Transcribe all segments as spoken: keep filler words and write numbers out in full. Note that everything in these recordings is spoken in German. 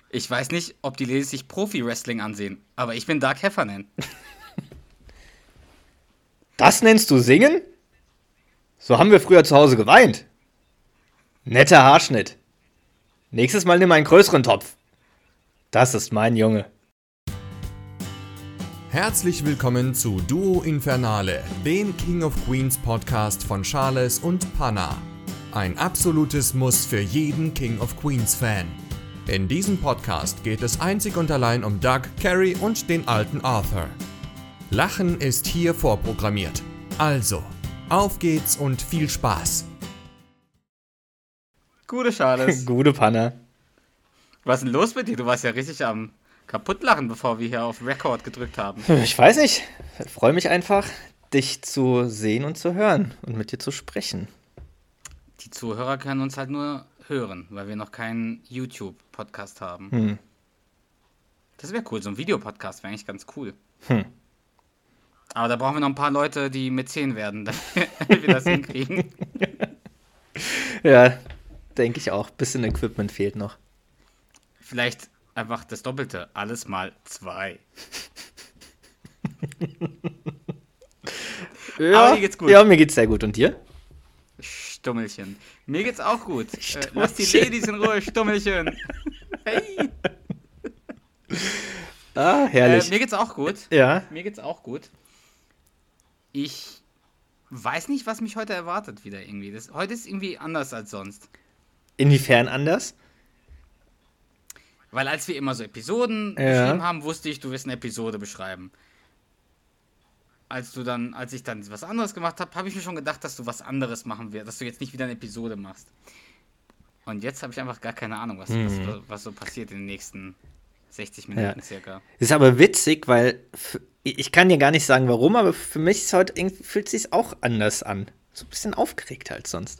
Ich weiß nicht, ob die Ladies sich Profi-Wrestling ansehen, aber ich bin Dark Heffernan. Das nennst du singen? So haben wir früher zu Hause geweint. Netter Haarschnitt. Nächstes Mal nimm einen größeren Topf. Das ist mein Junge. Herzlich willkommen zu Duo Infernale, dem King of Queens Podcast von Charles und Panna. Ein absolutes Muss für jeden King of Queens Fan. In diesem Podcast geht es einzig und allein um Doug, Carrie und den alten Arthur. Lachen ist hier vorprogrammiert. Also, auf geht's und viel Spaß. Gute Charles. Gute Panna. Was ist denn los mit dir? Du warst ja richtig am kaputtlachen, bevor wir hier auf Record gedrückt haben. Ich weiß nicht. Ich freue mich einfach, dich zu sehen und zu hören und mit dir zu sprechen. Die Zuhörer können uns halt nur hören, weil wir noch keinen YouTube-Podcast haben. Hm. Das wäre cool, so ein Videopodcast wäre eigentlich ganz cool. Hm. Aber da brauchen wir noch ein paar Leute, die Mäzen werden, damit wir das hinkriegen. Ja, denke ich auch. Bisschen Equipment fehlt noch. Vielleicht einfach das Doppelte. Alles mal zwei. Ja, Aber mir geht's gut. Ja, mir geht's sehr gut. Und dir? Stummelchen. Mir geht's auch gut. Äh, lass die Stummelchen. Ladies in Ruhe, Stummelchen. Hey. Ah, Äh, herrlich. mir geht's auch gut. Ja. Mir geht's auch gut. Ich weiß nicht, was mich heute erwartet wieder irgendwie. Das, heute ist irgendwie anders als sonst. Inwiefern anders? Weil als wir immer so Episoden Ja. beschrieben haben, wusste ich, du wirst eine Episode beschreiben. Als du dann, als ich dann was anderes gemacht habe, habe ich mir schon gedacht, dass du was anderes machen wirst, dass du jetzt nicht wieder eine Episode machst. Und jetzt habe ich einfach gar keine Ahnung, was, Mhm. was, was so passiert in den nächsten sechzig Minuten Ja. circa. Ist aber witzig, weil f- ich kann dir gar nicht sagen, warum, aber für mich ist heute irgendwie, fühlt es sich auch anders an. So ein bisschen aufgeregt als sonst.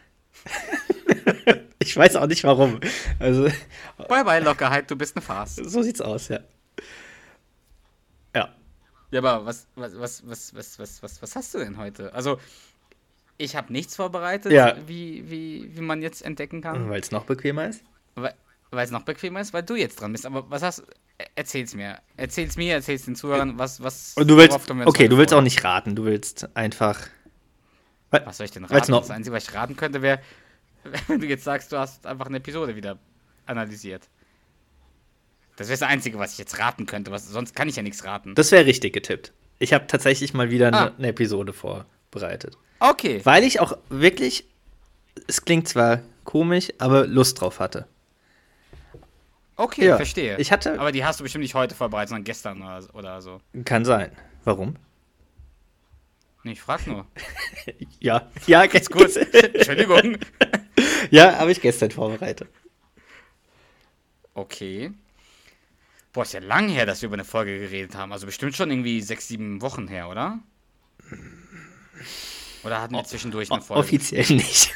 Ich weiß auch nicht warum. Also, Bye bye Lockerheit, du bist eine Farce. so sieht's aus, ja. Ja. Ja, aber was, was, was, was, was, was, was, was hast du denn heute? Also, ich habe nichts vorbereitet, Ja. wie, wie, wie man jetzt entdecken kann. Weil es noch bequemer ist. Weil es noch bequemer ist, weil du jetzt dran bist. Aber was hast du? Erzähl's mir. Erzähl's mir, erzähl's den Zuhörern, was, was. Und du willst, worauf tun wir uns okay, heute du willst vor? auch nicht raten, du willst einfach. Was soll ich denn Weil's raten? noch- Das Einzige, was ich raten könnte, wäre, wenn du jetzt sagst, du hast einfach eine Episode wieder analysiert. Das wäre das Einzige, was ich jetzt raten könnte. Was, sonst kann ich ja nichts raten. Das wäre richtig getippt. Ich habe tatsächlich mal wieder eine Ah. eine Episode vorbereitet. Okay. Weil ich auch wirklich, es klingt zwar komisch, aber Lust drauf hatte. Okay, Ja, verstehe. ich hatte- Aber die hast du bestimmt nicht heute vorbereitet, sondern gestern oder, oder so. Kann sein. Warum? Nee, ich frag nur. Ja, ja, ganz Gut. Entschuldigung. Ja, habe ich gestern vorbereitet. Okay. Boah, ist ja lang her, dass wir über eine Folge geredet haben. Also bestimmt schon irgendwie sechs, sieben Wochen her, oder? Oder hatten wir zwischendurch eine Folge? Offiziell nicht.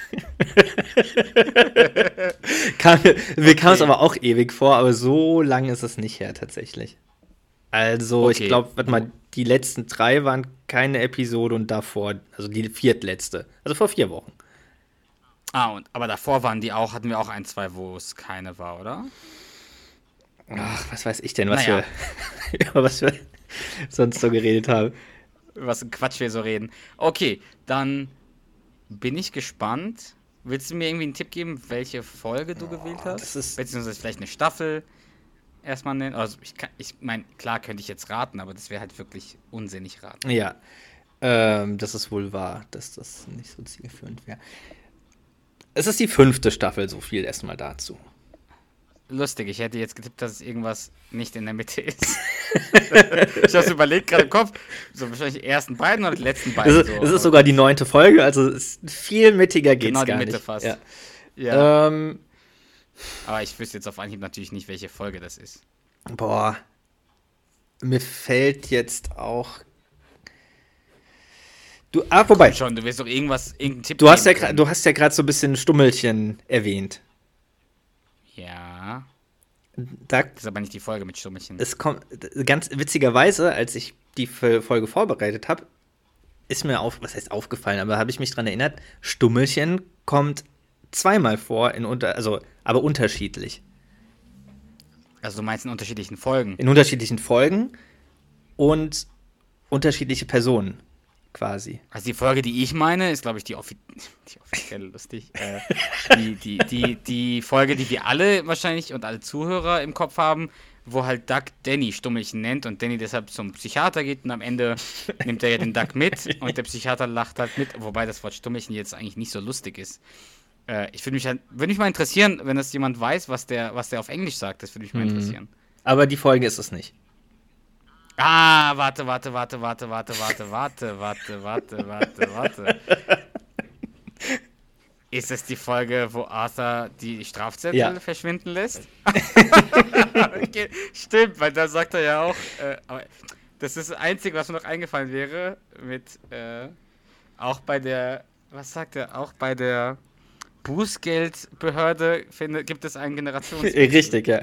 Kam, mir kam es Okay. aber auch ewig vor, aber so lange ist es nicht her tatsächlich. Also, ich Okay. glaube, warte mal, die letzten drei waren keine Episode und davor, also die viertletzte. Also vor vier Wochen. Ah, und, aber davor waren die auch, hatten wir auch ein, zwei, wo es keine war, oder? Ach, was weiß ich denn, was Naja. wir über was wir sonst so geredet haben. Was ein Quatsch wir so reden. Okay, dann bin ich gespannt. Willst du mir irgendwie einen Tipp geben, welche Folge du gewählt hast? das ist- Beziehungsweise vielleicht eine Staffel erstmal nennen. Also ich, kann- ich meine, klar könnte ich jetzt raten, aber das wäre halt wirklich unsinnig raten. Ja, ähm, das ist wohl wahr, dass das nicht so zielführend wäre. Es ist die fünfte Staffel, so viel erstmal dazu. Lustig, ich hätte jetzt getippt, dass es irgendwas nicht in der Mitte ist. Ich habe überlegt gerade im Kopf, so wahrscheinlich die ersten beiden oder die letzten Es beiden. ist, so. es ist sogar die neunte Folge, also es ist viel mittiger geht's Genau, die gar Mitte nicht. fast. Ja. Ja, Ähm, aber ich wüsste jetzt auf Anhieb natürlich nicht, welche Folge das ist. boah, mir fällt jetzt auch. Du, ah, wobei, Schon, du wirst doch irgendwas, irgendeinen Tipp du hast ja geben gra- können. du hast ja gerade so ein bisschen Stummelchen erwähnt. Ja, Da das ist aber nicht die Folge mit Stummelchen. es kommt ganz witzigerweise, als ich die F- Folge vorbereitet habe, ist mir auf, was heißt aufgefallen, aber habe ich mich dran erinnert, Stummelchen kommt zweimal vor in unter, also aber unterschiedlich. Also du meinst in unterschiedlichen Folgen? In unterschiedlichen Folgen und unterschiedliche Personen quasi. Also die Folge, die ich meine, ist, glaube ich, die, offi- die offizielle, lustig. Äh, die, die, die, die Folge, die wir alle wahrscheinlich und alle Zuhörer im Kopf haben, wo halt Duck Danny Stummelchen nennt und Danny deshalb zum Psychiater geht und am Ende nimmt er ja den Duck mit und der Psychiater lacht halt mit, wobei das Wort Stummelchen jetzt eigentlich nicht so lustig ist. Äh, ich würde mich halt, würde mich mal interessieren, wenn das jemand weiß, was der, was der auf Englisch sagt, das würde mich mal Mhm. interessieren. Aber die Folge ist es nicht. Ah, warte, warte, warte, warte, warte, warte, warte, warte, warte, warte, warte. Ist es die Folge, wo Arthur die Strafzettel Ja. verschwinden lässt? Okay, stimmt, weil da sagt er ja auch, äh, aber das ist das Einzige, was mir noch eingefallen wäre, mit, äh, auch bei der, was sagt er, auch bei der Bußgeldbehörde finde, gibt es einen Generationswechsel. Richtig, ja.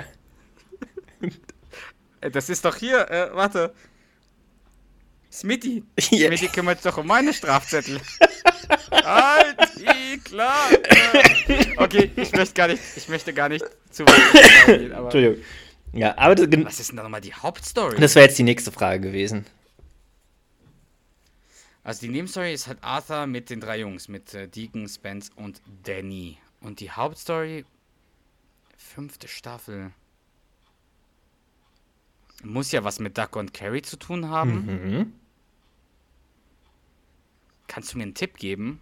Äh, Das ist doch hier, äh, warte. Smitty. Ja. Smitty kümmert sich doch um meine Strafzettel. Halt, die, klar. Äh. Okay, ich möchte gar nicht, ich möchte gar nicht zu weit gehen, aber Entschuldigung. Ja, aber das, was ist denn da nochmal die Hauptstory? das wäre jetzt die nächste Frage gewesen. Also die Nebenstory ist halt Arthur mit den drei Jungs, mit äh, Deacon, Spence und Danny. Und die Hauptstory, fünfte Staffel, muss ja was mit Duck und Carrie zu tun haben. Mhm. Kannst du mir einen Tipp geben?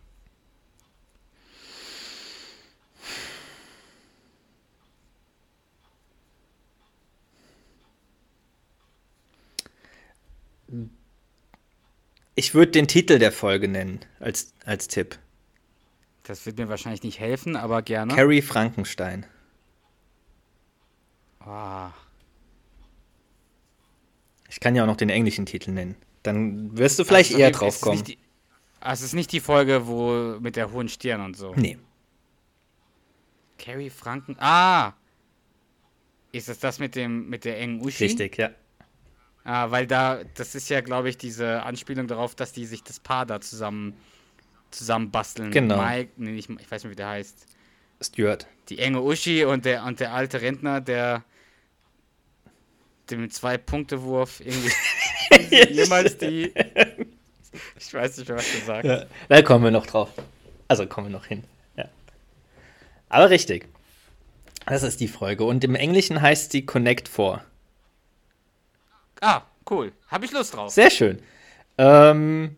Ich würde den Titel der Folge nennen, als, als Tipp. Das wird mir wahrscheinlich nicht helfen, aber gerne. Carrie Frankenstein. Ah, Ich kann ja auch noch den englischen Titel nennen. Dann wirst du vielleicht also eher es ist drauf nicht kommen. die- Also es ist nicht die Folge, wo mit der hohen Stirn und so. Nee. Carrie Franken. Ah! Ist es das mit dem mit der engen Uschi? Richtig, ja. Ah, weil da, das ist ja, glaube ich, diese Anspielung darauf, dass die sich das Paar da zusammen zusammen basteln. Genau. Mike, nee, nicht, ich weiß nicht, wie der heißt. Stuart. Die enge Uschi und der und der alte Rentner, der dem Zwei-Punkte-Wurf irgendwie jemals die. Ich weiß nicht mehr, was du sagst. Ja, da kommen wir noch drauf. Also kommen wir noch hin. Ja. Aber richtig. Das ist die Folge. Und im Englischen heißt sie Connect Four. Ah, cool. Hab ich Lust drauf. Sehr schön. Ähm,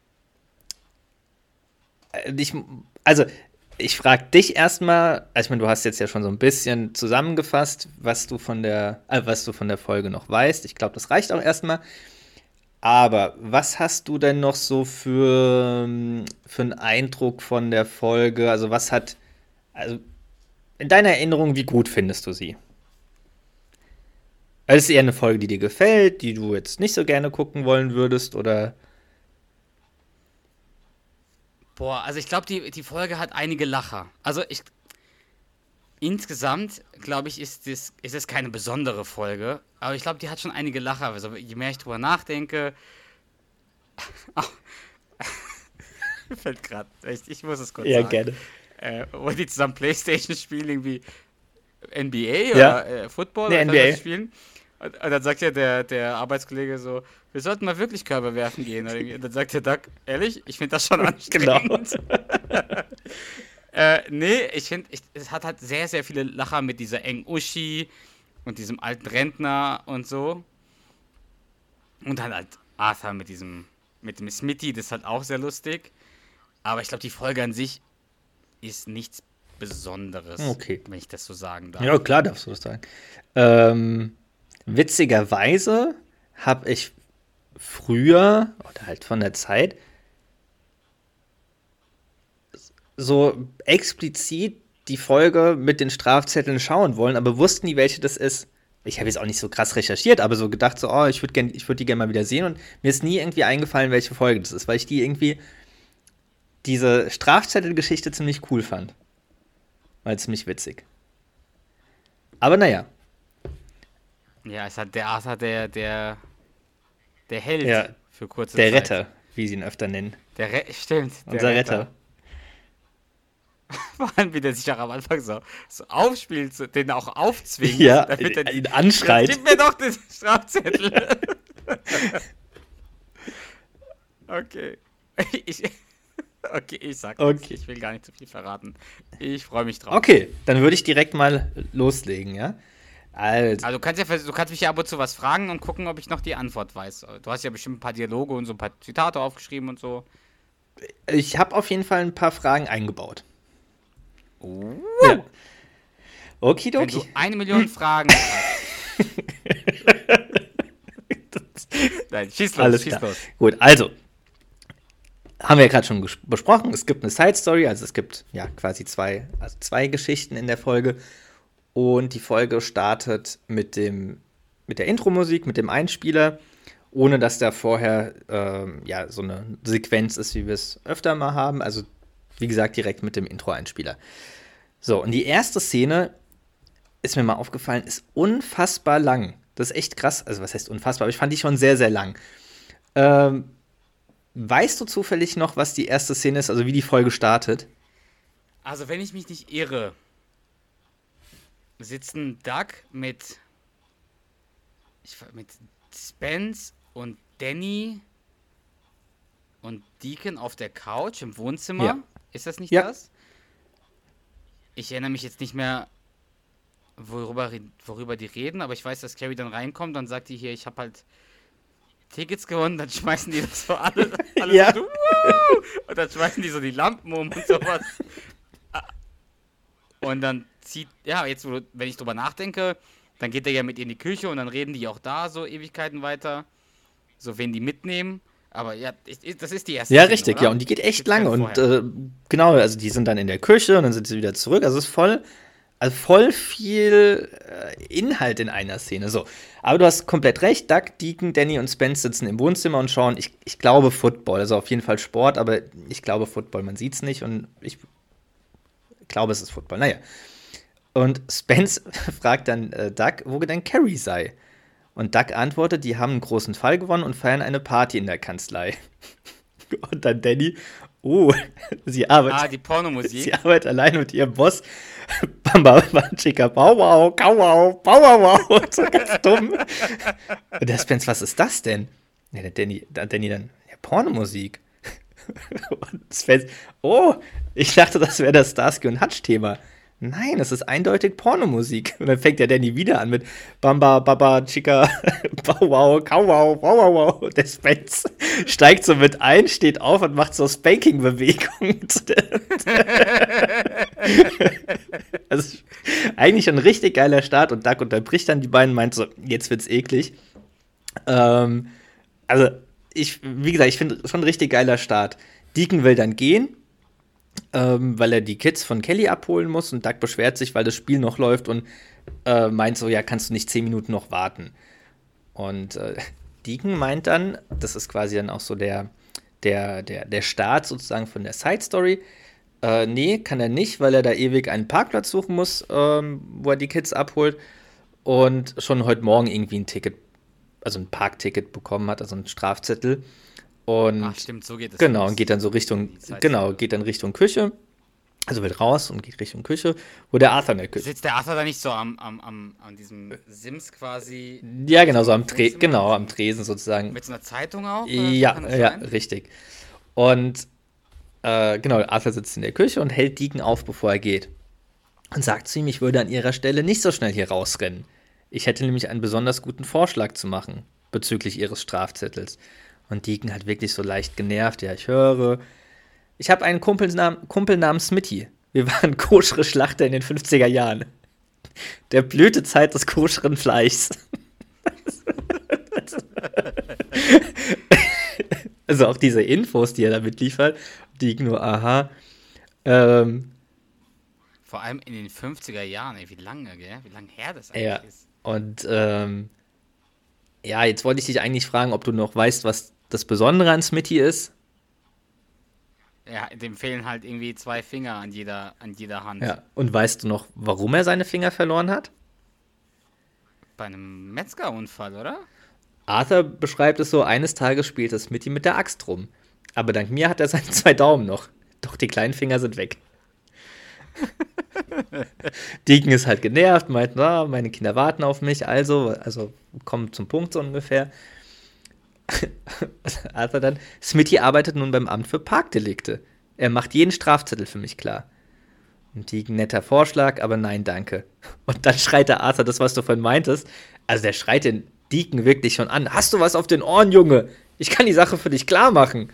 ich, also, ich frage dich erstmal, ich meine, du hast jetzt ja schon so ein bisschen zusammengefasst, was du von der, äh, was du von der Folge noch weißt. Ich glaube, das reicht auch erstmal. Aber was hast du denn noch so für, ähm, für einen Eindruck von der Folge? Also, was hat, also, in deiner Erinnerung, wie gut findest du sie? Also, ist es eher eine Folge, die dir gefällt, die du jetzt nicht so gerne gucken wollen würdest, oder? Boah, also ich glaube, die, die Folge hat einige Lacher. Also ich. Insgesamt, glaube ich, ist es ist es keine besondere Folge. Aber ich glaube, die hat schon einige Lacher. Also je mehr ich drüber nachdenke. Fällt gerade. Ich, ich muss es kurz Ja, sagen. gerne. Äh, wo die zusammen Playstation spielen, irgendwie N B A oder Ja. äh, Football Nee, oder N B A. was spielen. Und, und dann sagt ja der, der Arbeitskollege so, wir sollten mal wirklich Körbe werfen gehen. Oder irgendwie. Und dann sagt der Duck, ehrlich, ich finde das schon anstrengend. äh, nee, ich finde, es hat halt sehr, sehr viele Lacher mit dieser engen Uschi und diesem alten Rentner und so. Und dann halt Arthur mit diesem, mit dem Smitty, das ist halt auch sehr lustig. Aber ich glaube, die Folge an sich ist nichts Besonderes, Okay. wenn ich das so sagen darf. Ja, klar darfst du das sagen. Ähm, witzigerweise habe ich früher, oder halt von der Zeit, so explizit die Folge mit den Strafzetteln schauen wollen, aber wussten nie, welche das ist. Ich habe jetzt auch nicht so krass recherchiert, aber so gedacht, so, oh, ich würde gern, ich würd die gerne mal wieder sehen, und mir ist nie irgendwie eingefallen, welche Folge das ist, weil ich die irgendwie, diese Strafzettelgeschichte ziemlich cool fand. War ziemlich witzig. Aber naja. Ja, es hat der Arthur, der, der, der Held Ja, für kurze Der Zeit. Retter, wie sie ihn öfter nennen. Der Re Stimmt. Der Unser Retter. Vor allem, wie der sich auch am Anfang so, so aufspielt, so, den auch aufzwingt. Ja, damit er ihn anschreit. Gib mir doch den Strafzettel. Okay. Ich, okay, ich sag Okay. nichts. Ich will gar nicht zu viel verraten. Ich freue mich drauf. Okay, dann würde ich direkt mal loslegen, ja? Also, Also du kannst ja vers- du kannst mich ja ab und zu was fragen und gucken, ob ich noch die Antwort weiß. Du hast ja bestimmt ein paar Dialoge und so ein paar Zitate aufgeschrieben und so. ich habe auf jeden Fall ein paar Fragen eingebaut. Uh, Ja. Wenn Okidoki. du eine Million Fragen hast. Nein, schieß los, Alles schieß klar. los. Gut, also, haben wir ja gerade schon ges- besprochen. Es gibt eine Side-Story, also es gibt ja quasi zwei, also zwei Geschichten in der Folge. Und die Folge startet mit dem, mit der Intro-Musik, mit dem Einspieler, ohne dass da vorher ähm, ja, so eine Sequenz ist, wie wir es öfter mal haben. Also, wie gesagt, direkt mit dem Intro-Einspieler. So, und die erste Szene ist mir mal aufgefallen, ist unfassbar lang. Das ist echt krass. Also, was heißt unfassbar? Aber ich fand die schon sehr, sehr lang. Ähm, weißt du zufällig noch, was die erste Szene ist, also wie die Folge startet? Also wenn ich mich nicht irre, sitzen Doug mit, ich, ver- mit Spence und Danny und Deacon auf der Couch im Wohnzimmer. Ja. Ist das nicht Ja. das? Ich erinnere mich jetzt nicht mehr, worüber, red- worüber die reden, aber ich weiß, dass Carrie dann reinkommt, dann sagt die hier, ich habe halt Tickets gewonnen, dann schmeißen die das so alle, alle Ja. so, "Wuhu!" Und dann schmeißen die so die Lampen um und sowas. Und dann zieht, ja, jetzt, wo du- wenn ich drüber nachdenke, dann geht er ja mit ihr in die Küche und dann reden die auch da so Ewigkeiten weiter. So, wen die mitnehmen. Aber ja, ich, ich, das ist die erste Ja, Szene, richtig, oder? ja. Und die geht echt Gibt's lange. keine Und vorher. äh, genau, also die sind dann in der Küche und dann sind sie wieder zurück. Also es ist voll, also voll viel äh, Inhalt in einer Szene. So. Aber du hast komplett recht. Doug, Deacon, Danny und Spence sitzen im Wohnzimmer und schauen, ich, ich glaube, Football. Also auf jeden Fall Sport, aber ich glaube Football. Man sieht es nicht und ich glaube, es ist Football. Naja. Und Spence fragt dann äh, Doug, wo denn Carrie sei. Und Doug antwortet, die haben einen großen Fall gewonnen und feiern eine Party in der Kanzlei. Und dann Danny, oh, sie arbeitet, Ah, die Pornomusik. sie arbeitet allein mit ihrem Boss. Bamba, Bamba, Chica, Bau, wow, Kau, wow, Bau, wow, wow. So ganz dumm. Und der Spence, was ist das denn? Ja, der Danny, der Danny dann, ja, Pornomusik. Und Spence, oh, ich dachte, das wäre das Starsky und Hutch-Thema. Nein, es ist eindeutig Pornomusik. Und dann fängt der Danny wieder an mit Bamba, Baba, Chica, Bau, wow, Kau, wow, wow, wow, wow. Und der Spence steigt so mit ein, steht auf und macht so Spanking-Bewegungen. Also eigentlich ein richtig geiler Start und Doug unterbricht dann die beiden und meint so, jetzt wird's eklig. Ähm, also, ich, wie gesagt, ich finde schon ein richtig geiler Start. Deacon will dann gehen, ähm, weil er die Kids von Kelly abholen muss und Doug beschwert sich, weil das Spiel noch läuft und äh, meint so, ja, kannst du nicht zehn Minuten noch warten? Und äh, Deacon meint dann, das ist quasi dann auch so der, der, der, der Start sozusagen von der Side-Story, äh, nee, kann er nicht, weil er da ewig einen Parkplatz suchen muss, ähm, wo er die Kids abholt und schon heute Morgen irgendwie ein Ticket, also ein Parkticket bekommen hat, also ein Strafzettel. Und Ach, stimmt, so geht es. genau, los. und geht dann so Richtung, Die Zeit- genau, geht dann Richtung Küche. Also wird raus und geht Richtung Küche, wo der Arthur in der Küche. Sitzt der Arthur da nicht so am, am, am, an diesem Sims quasi Ja, genau, so am Tre Wohnzimmer? genau, am Tresen sozusagen. mit so einer Zeitung auch? oder? Ja, Kann das ja, sein? richtig. Und äh, genau, Arthur sitzt in der Küche und hält Deacon auf, bevor er geht. Und sagt zu ihm, ich würde an ihrer Stelle nicht so schnell hier rausrennen. Ich hätte nämlich einen besonders guten Vorschlag zu machen bezüglich ihres Strafzettels. Und Deacon hat wirklich so leicht genervt. Ja, ich höre. Ich habe einen Kumpel, nam Kumpel namens Smitty. Wir waren koschere Schlachter in den fünfziger Jahren. Der Blütezeit des koscheren Fleischs. Also auch diese Infos, die er damit liefert, Deacon nur, aha. Ähm, Vor allem in den fünfziger Jahren, ey, wie lange, gell? Wie lange her das eigentlich ja. ist. Und ähm, ja, jetzt wollte ich dich eigentlich fragen, ob du noch weißt, was das Besondere an Smitty ist. Ja, dem fehlen halt irgendwie zwei Finger an jeder, an jeder Hand. Ja. Und weißt du noch, warum er seine Finger verloren hat? Bei einem Metzgerunfall, oder? Arthur beschreibt es so, eines Tages spielte Smitty mit der Axt rum. Aber dank mir hat er seine zwei Daumen noch. Doch die kleinen Finger sind weg. Deacon ist halt genervt, meint, na, meine Kinder warten auf mich, also, also kommt zum Punkt so ungefähr. Arthur dann, Smitty arbeitet nun beim Amt für Parkdelikte. Er macht jeden Strafzettel für mich klar. Und Deacon, netter Vorschlag, aber nein, danke. Und dann schreit der Arthur, das, was du vorhin meintest, also der schreit den Deacon wirklich schon an. Hast du was auf den Ohren, Junge? Ich kann die Sache für dich klar machen.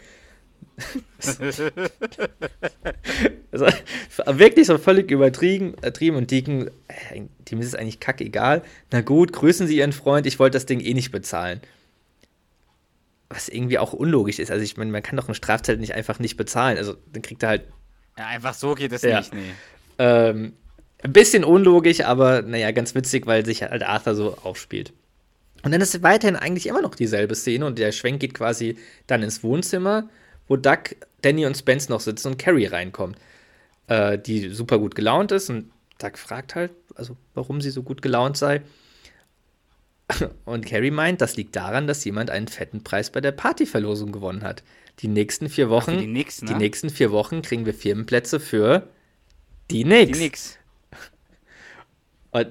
Also, wirklich so völlig übertrieben, übertrieben und Deacon, äh, dem ist es eigentlich kackegal. Na gut, grüßen Sie Ihren Freund, ich wollte das Ding eh nicht bezahlen. Was irgendwie auch unlogisch ist. Also ich meine, man kann doch einen Strafzettel nicht einfach nicht bezahlen. Also dann kriegt er halt. Ja, einfach so geht es ja. nicht, nee. Ähm, ein bisschen unlogisch, aber naja, ganz witzig, weil sich halt Arthur so aufspielt. Und dann ist weiterhin eigentlich immer noch dieselbe Szene und der Schwenk geht quasi dann ins Wohnzimmer, wo Duck, Danny und Spence noch sitzen und Carrie reinkommt, äh, die super gut gelaunt ist und Duck fragt halt, also warum sie so gut gelaunt sei. Und Carrie meint, das liegt daran, dass jemand einen fetten Preis bei der Partyverlosung gewonnen hat. Die nächsten vier Wochen, Ach, die, Knicks, ne? die nächsten vier Wochen kriegen wir Firmenplätze für die Knicks. Die Knicks. Und,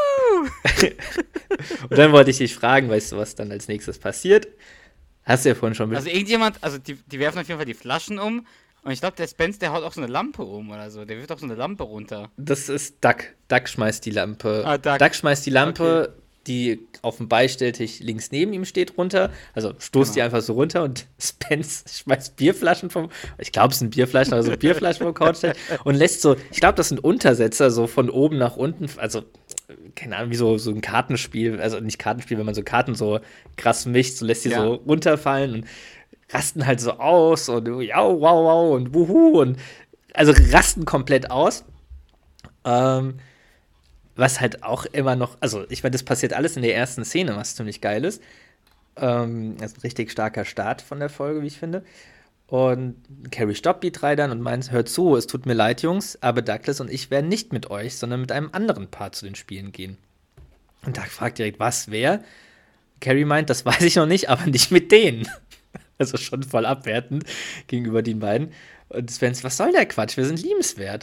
und dann wollte ich dich fragen, weißt du, was dann als nächstes passiert? Hast du ja vorhin schon... Also irgendjemand, also die, die werfen auf jeden Fall die Flaschen um und ich glaube, der Spence, der haut auch so eine Lampe um oder so. Der wirft auch so eine Lampe runter. Das ist Duck. Duck schmeißt die Lampe. Ah, Duck. Duck schmeißt die Lampe, Okay. die auf dem Beistelltisch links neben ihm steht, runter. Also stoßt Genau. die einfach so runter und Spence schmeißt Bierflaschen vom, ich glaube, es sind Bierflaschen, also Bierflaschen vom Couchtisch und lässt so, ich glaube, das sind Untersetzer, so von oben nach unten, also keine Ahnung, wie so, so ein Kartenspiel, also nicht Kartenspiel, wenn man so Karten so krass mischt, so lässt die Ja. so runterfallen und rasten halt so aus und ja, wow, wow und wuhu und also rasten komplett aus. Ähm, was halt auch immer noch, also ich meine, das passiert alles in der ersten Szene, was ziemlich geil ist. Ähm, also ein richtig starker Start von der Folge, wie ich finde. Und Carrie stoppt die drei dann und meint, hört zu, es tut mir leid, Jungs, aber Douglas und ich werden nicht mit euch, sondern mit einem anderen Paar zu den Spielen gehen. Und Doug fragt direkt, was, wer? Carrie meint, das weiß ich noch nicht, aber nicht mit denen. Also schon voll abwertend gegenüber den beiden. Und Spence, was soll der Quatsch? Wir sind liebenswert.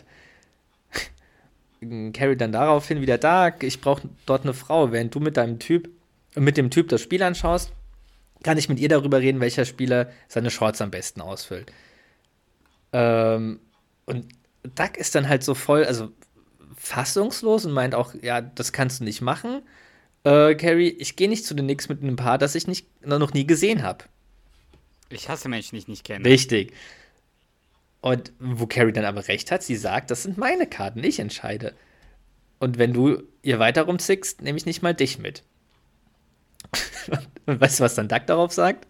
Carrie dann daraufhin wieder da, ich brauche dort eine Frau, während du mit deinem Typ, mit dem Typ das Spiel anschaust, kann ich mit ihr darüber reden, welcher Spieler seine Shorts am besten ausfüllt. Ähm, und Doug ist dann halt so voll, also fassungslos und meint auch, ja, das kannst du nicht machen. Äh, Carrie, ich gehe nicht zu den Knicks mit einem Paar, das ich nicht, noch nie gesehen habe. Ich hasse Menschen, die ich nicht kenne. Richtig. Und wo Carrie dann aber recht hat, sie sagt, das sind meine Karten, ich entscheide. Und wenn du ihr weiter rumzickst, nehme ich nicht mal dich mit. Und weißt du, was dann Doug darauf sagt?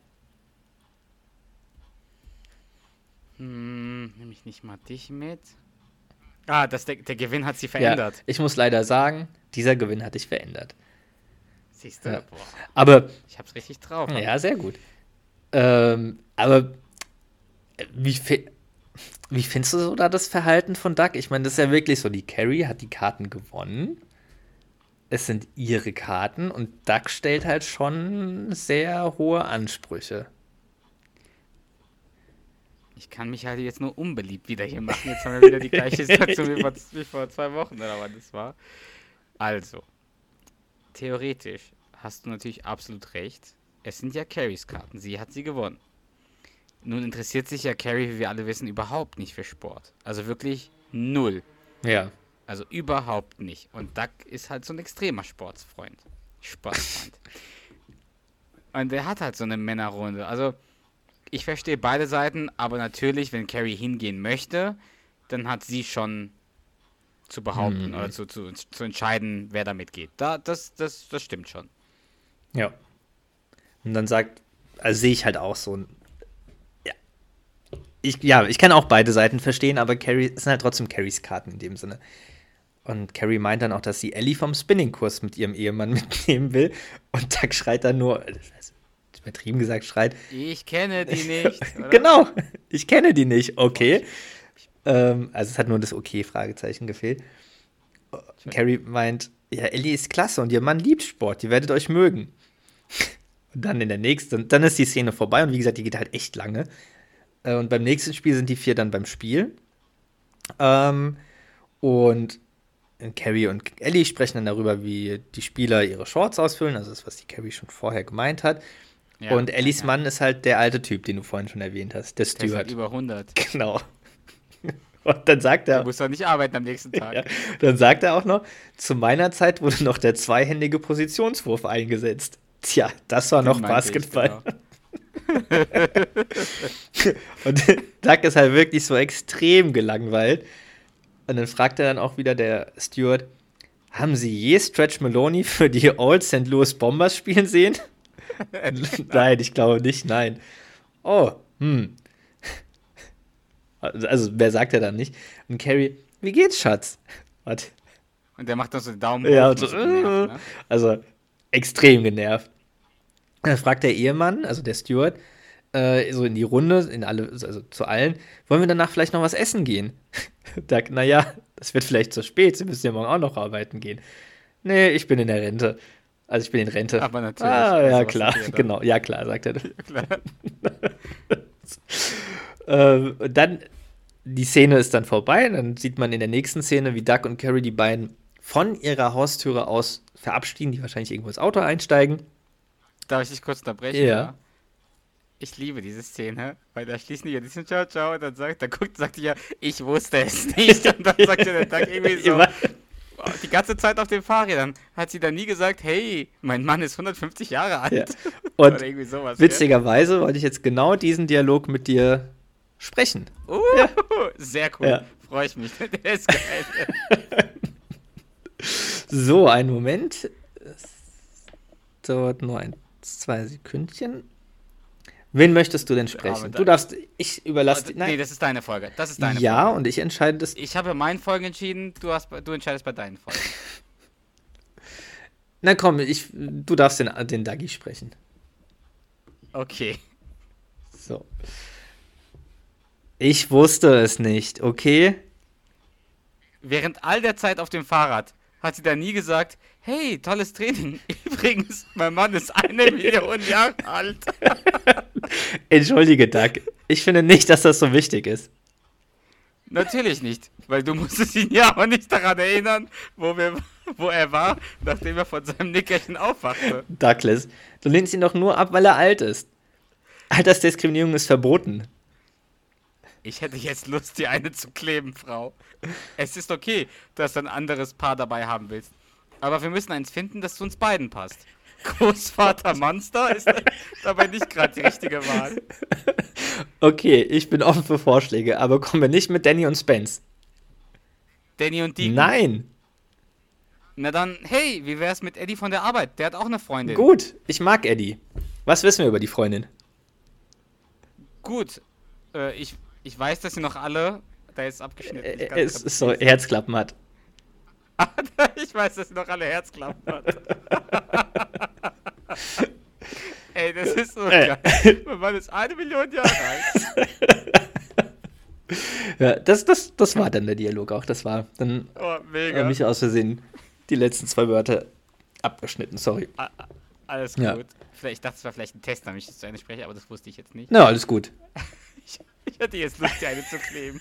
Hm, nehme ich nicht mal dich mit? Ah, das, der, der Gewinn hat sie verändert. Ja, ich muss leider sagen, dieser Gewinn hat dich verändert. Siehst du? Ja. Boah, Aber, ich hab's richtig drauf. ja, sehr gut. Ähm, aber wie, fi- wie findest du so da das Verhalten von Doug? Ich meine, das ist ja wirklich so, die Carrie hat die Karten gewonnen. Es sind ihre Karten und Doug stellt halt schon sehr hohe Ansprüche. Ich kann mich halt jetzt nur unbeliebt wieder hier machen. Jetzt haben wir wieder die gleiche Situation wie vor, wie vor zwei Wochen oder wann das war. Also, theoretisch hast du natürlich absolut recht. Es sind ja Carries Karten. Sie hat sie gewonnen. Nun interessiert sich ja Carrie, wie wir alle wissen, überhaupt nicht für Sport. Also wirklich null. Ja. Also überhaupt nicht. Und Doug ist halt so ein extremer Sportsfreund. Sportfreund. Und der hat halt so eine Männerrunde. Also ich verstehe beide Seiten, aber natürlich, wenn Carrie hingehen möchte, dann hat sie schon zu behaupten Mhm. oder zu, zu, zu entscheiden, wer da mitgeht. Da, das, das, das stimmt schon. Ja. Und dann sagt, also sehe ich halt auch so ein. Ja. Ich, ja, ich kann auch beide Seiten verstehen, aber Carrie, es sind halt trotzdem Carries Karten in dem Sinne. Und Carrie meint dann auch, dass sie Ellie vom Spinning-Kurs mit ihrem Ehemann mitnehmen will. Und Doug schreit dann nur, also übertrieben gesagt, schreit, Ich kenne die nicht. Oder? genau, ich kenne die nicht, okay. Ähm, also es hat nur das Okay-Fragezeichen gefehlt. Carrie meint, ja, Ellie ist klasse und ihr Mann liebt Sport, ihr werdet euch mögen. Und dann in der nächsten, dann ist die Szene vorbei und wie gesagt, die geht halt echt lange. Äh, und beim nächsten Spiel sind die vier dann beim Spiel. Ähm, Und Carrie und Ellie sprechen dann darüber, wie die Spieler ihre Shorts ausfüllen, also das, was die Carrie schon vorher gemeint hat. Ja, und Ellies ja, ja. Mann ist halt der alte Typ, den du vorhin schon erwähnt hast, der Der ist halt Steward. über hundert. Genau. Und dann sagt Der er, muss doch nicht arbeiten am nächsten Tag. ja, dann sagt er auch noch, zu meiner Zeit wurde noch der zweihändige Positionswurf eingesetzt. Tja, das war Den noch meinte ich, Basketball. genau. Und Doug ist halt wirklich so extrem gelangweilt. Und dann fragt er dann auch wieder der Steward, haben Sie je Stretch Maloney für die Old Saint Louis Bombers spielen sehen? Nein, ich glaube nicht, nein. Oh, hm. Also, wer sagt er dann nicht? Und Carrie, wie geht's, Schatz? Warte. Und der macht dann so den Daumen Ja, hoch und so, und so genervt, ne? also extrem genervt. Dann fragt der Ehemann, also der Steward, äh, so in die Runde, in alle, also zu allen, wollen wir danach vielleicht noch was essen gehen? Doug, naja, das wird vielleicht zu spät, Sie müssen ja morgen auch noch arbeiten gehen. Nee, ich bin in der Rente. Also ich bin in Rente. Aber natürlich. Ah, Also ja, was klar, sagt ihr da? genau, ja, klar, sagt er. Ja, klar. Ähm, und dann, die Szene ist dann vorbei, dann sieht man in der nächsten Szene, wie Doug und Carrie die beiden von ihrer Haustüre aus verabschieden, die wahrscheinlich irgendwo ins Auto einsteigen. Darf ich dich kurz unterbrechen? Ja. Ich liebe diese Szene, weil da schließen die ja diesen Ciao, ciao und dann sagt, da guckt, sagt die ja, ich wusste es nicht. Und dann sagt ja der Doug irgendwie so, Immer. oh, die ganze Zeit auf den Fahrrädern hat sie dann nie gesagt, hey, mein Mann ist hundertfünfzig Jahre alt. Ja. Und Oder irgendwie sowas. witzigerweise wollte ich jetzt genau diesen Dialog mit dir sprechen. Uh, Ja. Sehr cool. Ja. Freue ich mich. Der ist geil. So, einen Moment. Es dauert nur ein, zwei Sekündchen. Wen möchtest du denn sprechen? Doug. Du darfst, ich überlasse dir. nee, Nein. das ist deine Folge. Das ist deine Ja, Folge. und ich entscheide das. Ich habe meinen Folgen entschieden, du, hast, du entscheidest bei deinen Folgen. Na komm, ich, du darfst den, den Dagi sprechen. Okay. So. Ich wusste es nicht, okay? Während all der Zeit auf dem Fahrrad hat sie da nie gesagt, hey, tolles Training. Übrigens, mein Mann ist eine Million Jahre alt. Entschuldige, Doug. Ich finde nicht, dass das so wichtig ist. Natürlich nicht, weil du musstest ihn ja auch nicht daran erinnern, wo, wir, wo er war, nachdem er von seinem Nickerchen aufwachte. Douglas, du lehnst ihn doch nur ab, weil er alt ist. Altersdiskriminierung ist verboten. Ich hätte jetzt Lust, dir eine zu kleben, Frau. Es ist okay, dass du ein anderes Paar dabei haben willst. Aber wir müssen eins finden, das zu uns beiden passt. Großvater Monster ist dabei nicht gerade die richtige Wahl. Okay, ich bin offen für Vorschläge, aber kommen wir nicht mit Danny und Spence. Danny und Deacon. Nein. Na dann, hey, wie wär's mit Eddie von der Arbeit? Der hat auch eine Freundin. Gut, ich mag Eddie. Was wissen wir über die Freundin? Gut. Äh, ich, ich weiß, dass sie noch alle... Da ist abgeschnitten. Ich Äh, kann's Es grad ist so, nicht lesen. Herzklappen hat. Ich weiß, dass sie noch alle Herzklappen hat. Ey, das ist so Äh. geil. Mein Mann ist eine Million Jahre alt. Ja, das, das, das war dann der Dialog auch. Das war dann Oh, mega. habe ich aus Versehen die letzten zwei Wörter abgeschnitten, sorry. A- a- Alles gut. Ja. Vielleicht, ich dachte, es war vielleicht ein Test, damit ich das zu Ende spreche, aber das wusste ich jetzt nicht. Na, alles gut. Ich, ich hatte jetzt Lust, die eine zu kleben.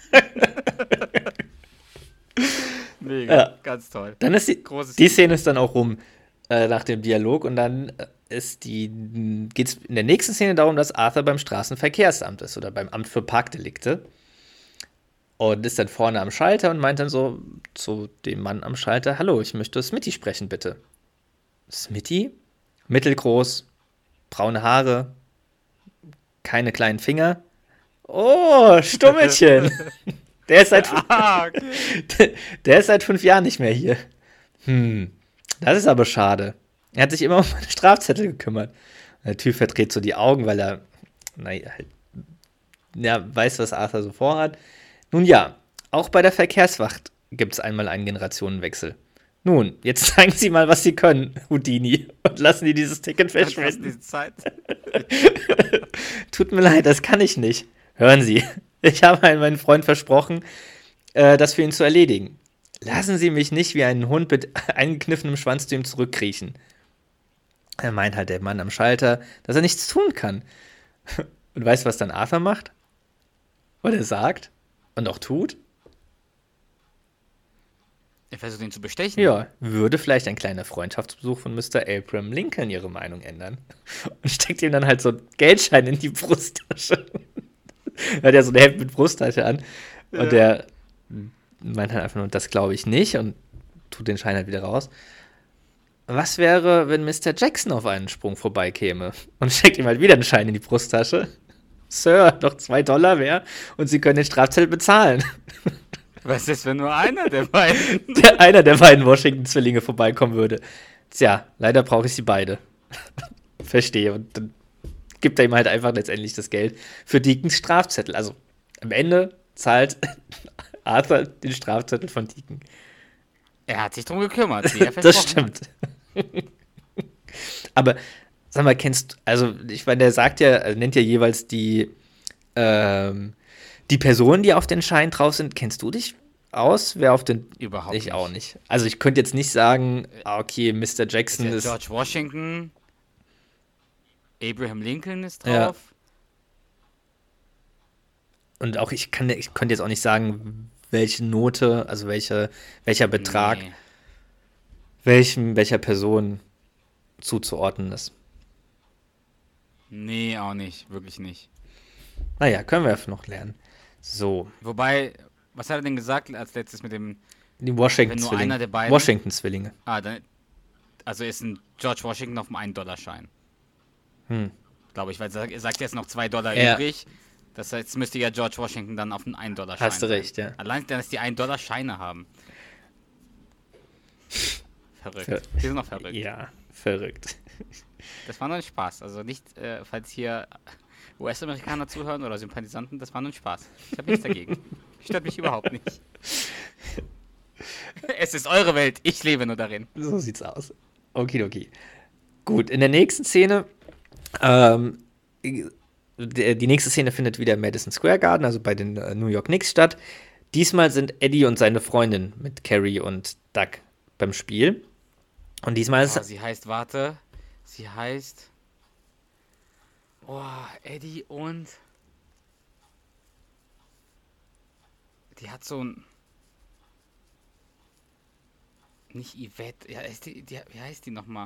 Mega, Ja. ganz toll. Dann ist die, Großes die Szene ist dann auch rum äh, nach dem Dialog und dann äh, ist die geht es in der nächsten Szene darum, dass Arthur beim Straßenverkehrsamt ist oder beim Amt für Parkdelikte und ist dann vorne am Schalter und meint dann so zu dem Mann am Schalter: Hallo, ich möchte Smitty sprechen, bitte. Smitty? Mittelgroß, braune Haare, keine kleinen Finger. Oh, Stummelchen. Der ist seit Ah, okay. Der ist seit fünf Jahren nicht mehr hier. Hm, das ist aber schade. Er hat sich immer um meine Strafzettel gekümmert. Der Typ verdreht so die Augen, weil er, naja, halt, ja, weiß, was Arthur so vorhat. Nun ja, auch bei der Verkehrswacht gibt es einmal einen Generationenwechsel. Nun, jetzt zeigen Sie mal, was Sie können, Houdini, und lassen Sie dieses Ticket Das war verschwinden. diese Zeit. Tut mir leid, das kann ich nicht. Hören Sie, ich habe meinem Freund versprochen, äh, das für ihn zu erledigen. Lassen Sie mich nicht wie einen Hund mit eingekniffenem Schwanz zu ihm zurückkriechen. Er meint halt der Mann am Schalter, dass er nichts tun kann. Und weißt du, was dann Arthur macht? Was er sagt und auch tut? Er versucht ihn zu bestechen. Ja, würde vielleicht ein kleiner Freundschaftsbesuch von Mister Abraham Lincoln ihre Meinung ändern. Und steckt ihm dann halt so einen Geldschein in die Brusttasche. Er hat ja so ein Hemd mit Brusttasche an. Und Ja. der meint halt einfach nur, das glaube ich nicht und tut den Schein halt wieder raus. Was wäre, wenn Mister Jackson auf einen Sprung vorbeikäme und steckt ihm halt wieder einen Schein in die Brusttasche? Sir, noch zwei Dollar mehr und Sie können den Strafzettel bezahlen. Was ist, wenn nur einer der beiden? Der einer der beiden Washington-Zwillinge vorbeikommen würde. Tja, leider brauche ich sie beide. Verstehe. Und dann gibt er ihm halt einfach letztendlich das Geld für Deacons Strafzettel. Also am Ende zahlt Arthur den Strafzettel von Deacon. Er hat sich drum gekümmert, wie er Das versprochen hat. stimmt. Aber sag mal, kennst du, also ich meine, der sagt ja, er nennt ja jeweils die, ähm, die Personen, die auf den Schein drauf sind. Kennst du dich aus? Wer auf den. Überhaupt Ich nicht. auch nicht. Also ich könnte jetzt nicht sagen, ah, okay, Mister Ist Jackson ja ist. George Washington, Abraham Lincoln ist Ja. drauf. Und auch ich kann, ich könnte jetzt auch nicht sagen, welche Note, also welche, welcher Betrag, Nee. welchem, welcher Person zuzuordnen ist. nee, auch nicht, wirklich nicht. Naja, können wir noch lernen. So, Wobei, was hat er denn gesagt als letztes mit dem, die Wenn Washington-Zwillinge. nur einer der beiden- Washington-Zwillinge. ah, dann, also ist ein George Washington auf dem ein Dollar Schein. Hm. Glaube ich, weil er sagt- er sagt jetzt noch zwei Dollar Ja. übrig. Das heißt, jetzt müsste ja George Washington dann auf einen ein Dollar Schein Hast du sein. recht, ja. Allein, dass die ein Dollar Scheine haben. Verrückt. Ver- Die sind noch verrückt. Ja, verrückt. Das war nur ein Spaß. Also nicht, äh, falls hier U S-Amerikaner zuhören oder Sympathisanten, das war nur ein Spaß. Ich habe nichts dagegen. Stört mich überhaupt nicht. Es ist eure Welt, ich lebe nur darin. So sieht's aus. Okidoki. Gut, in der nächsten Szene, ähm, die, die nächste Szene findet wieder im Madison Square Garden, also bei den äh, New York Knicks statt. Diesmal sind Eddie und seine Freundin mit Carrie und Doug beim Spiel. Und diesmal ist Oh, sie heißt, warte, sie heißt, oh, Eddie und, die hat so ein, nicht Yvette, ja, ist die, die, wie heißt die nochmal?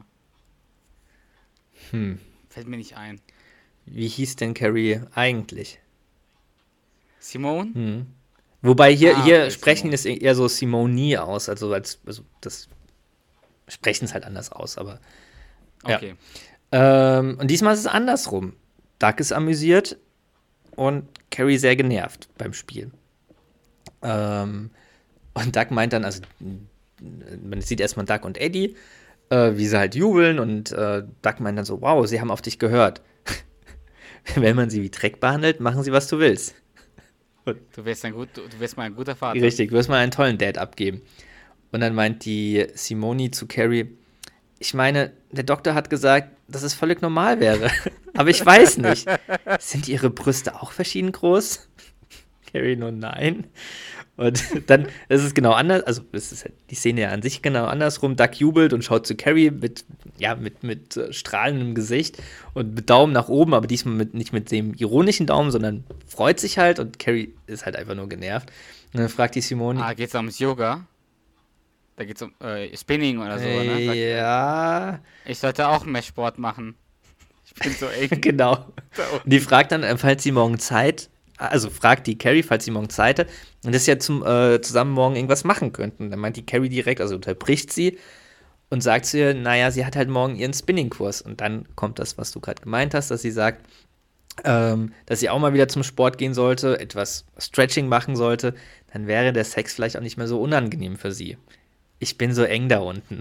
Hm. Fällt mir nicht ein. Wie hieß denn Carrie eigentlich? Simone? Hm. Wobei hier, Ah, hier okay, sprechen Simone. es eher so Simonie aus, also als, also das sprechen es halt anders aus, aber ja. Okay. Ähm, und diesmal ist es andersrum. Doug ist amüsiert und Carrie sehr genervt beim Spiel. Ähm, und Doug meint dann, also man sieht erstmal Doug und Eddie, äh, wie sie halt jubeln und äh, Doug meint dann so, wow, sie haben auf dich gehört. Wenn man sie wie Dreck behandelt, machen sie, was du willst. Du wirst ein gut, du, du wirst mal ein guter Vater. Richtig, du wirst mal einen tollen Dad abgeben. Und dann meint die Simone zu Carrie, ich meine, der Doktor hat gesagt, dass es völlig normal wäre. Aber ich weiß nicht. Sind ihre Brüste auch verschieden groß? Carrie nur nein. Und dann ist es genau anders, also es ist halt die Szene ja an sich genau andersrum. Doug jubelt und schaut zu Carrie mit, ja, mit, mit äh, strahlendem Gesicht und mit Daumen nach oben, aber diesmal mit, nicht mit dem ironischen Daumen, sondern freut sich halt und Carrie ist halt einfach nur genervt. Und dann fragt die Simone, Ah, geht's ums Yoga? Da geht's um äh, Spinning oder so, ne? Sagt äh, er. ja, Ich sollte auch mehr Sport machen. Ich bin so eng. genau. Und die fragt dann, äh, falls sie morgen Zeit, also fragt die Carrie, falls sie morgen Zeit hat, und das ja zum, äh, zusammen morgen irgendwas machen könnten. Dann meint die Carrie direkt, also unterbricht sie und sagt zu ihr, naja, sie hat halt morgen ihren Spinning-Kurs. Und dann kommt das, was du gerade gemeint hast, dass sie sagt, ähm, dass sie auch mal wieder zum Sport gehen sollte, etwas Stretching machen sollte, dann wäre der Sex vielleicht auch nicht mehr so unangenehm für sie. Ich bin so eng da unten.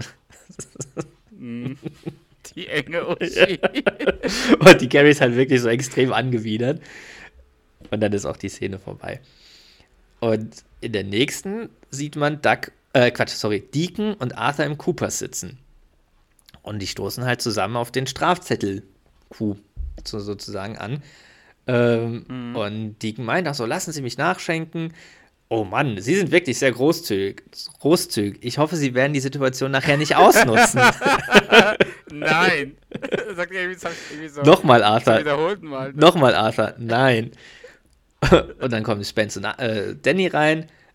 Die enge Uschi. Und die Carrie ist halt wirklich so extrem angewidert. Und dann ist auch die Szene vorbei. Und in der nächsten sieht man Doug, äh, Quatsch, sorry, Deacon und Arthur im Cooper sitzen. Und die stoßen halt zusammen auf den Strafzettel Q so, sozusagen an. Ähm, Mhm. Und Deacon meint auch so, lassen Sie mich nachschenken. Oh Mann, Sie sind wirklich sehr großzügig. großzügig. Ich hoffe, Sie werden die Situation nachher nicht ausnutzen. Nein. Sagt er irgendwie, das hab ich irgendwie so. Nochmal, Zum Arthur. wiederholten Mal. Nochmal, Arthur. Nein. Und dann kommen Spence und äh, Danny rein.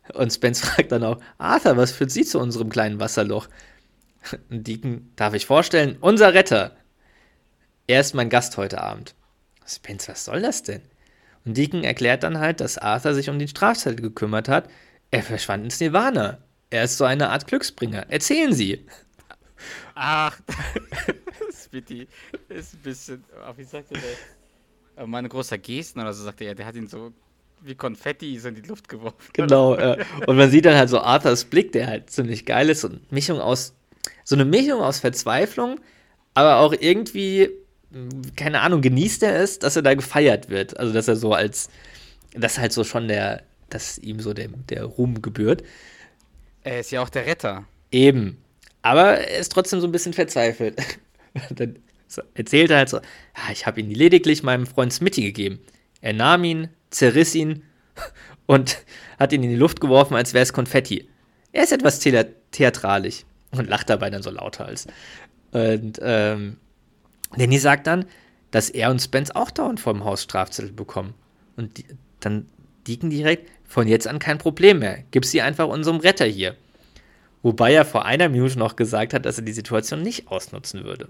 Und Spence fragt dann auch, Arthur, was führt Sie zu unserem kleinen Wasserloch? Und Deacon, darf ich vorstellen, unser Retter. Er ist mein Gast heute Abend. Spence, was soll das denn? Und Deacon erklärt dann halt, dass Arthur sich um den Strafzettel gekümmert hat. Er verschwand ins Nirvana. Er ist so eine Art Glücksbringer. Erzählen Sie. Ach, Spitty ist ein bisschen, ach, wie sagt er das? Mal ein großer Gesten oder so, sagt er, der hat ihn so wie Konfetti so in die Luft geworfen. Genau, ja. Und man sieht dann halt so Arthurs Blick, der halt ziemlich geil ist. Und Mischung aus, so eine Mischung aus Verzweiflung, aber auch irgendwie, keine Ahnung, genießt er es, dass er da gefeiert wird. Also, dass er so als, dass halt so schon der, dass ihm so der, der Ruhm gebührt. Er ist ja auch der Retter. Eben. Aber er ist trotzdem so ein bisschen verzweifelt. Dann erzählt er halt so, ja, ich habe ihn lediglich meinem Freund Smitty gegeben. Er nahm ihn, zerriss ihn und hat ihn in die Luft geworfen, als wäre es Konfetti. Er ist etwas thea- theatralisch und lacht dabei dann so lauthals. Und ähm, Danny sagt dann, dass er und Spence auch dauernd vom Haus Strafzettel bekommen. Und die, dann Deacon direkt, von jetzt an kein Problem mehr. Gib sie einfach unserem Retter hier. Wobei er vor einer Minute noch gesagt hat, dass er die Situation nicht ausnutzen würde.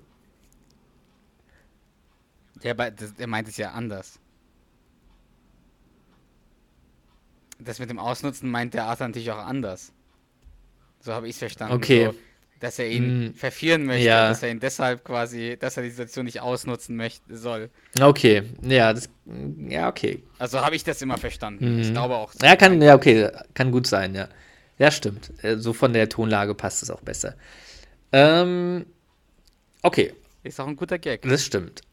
Ja, aber das, er meint es ja anders. Das mit dem Ausnutzen meint der Arthur natürlich auch anders. So habe ich es verstanden. Okay. So, dass er ihn Mm, verführen möchte, ja. dass er ihn deshalb quasi, dass er die Situation nicht ausnutzen möchte, soll. Okay, ja, das, ja, okay. Also habe ich das immer verstanden. Ich Mhm. glaube auch. Ja, kann, ja, okay, kann gut sein, ja. Ja, stimmt. Äh, So von der Tonlage passt es auch besser. Ähm, okay, Ist auch ein guter Gag. das stimmt.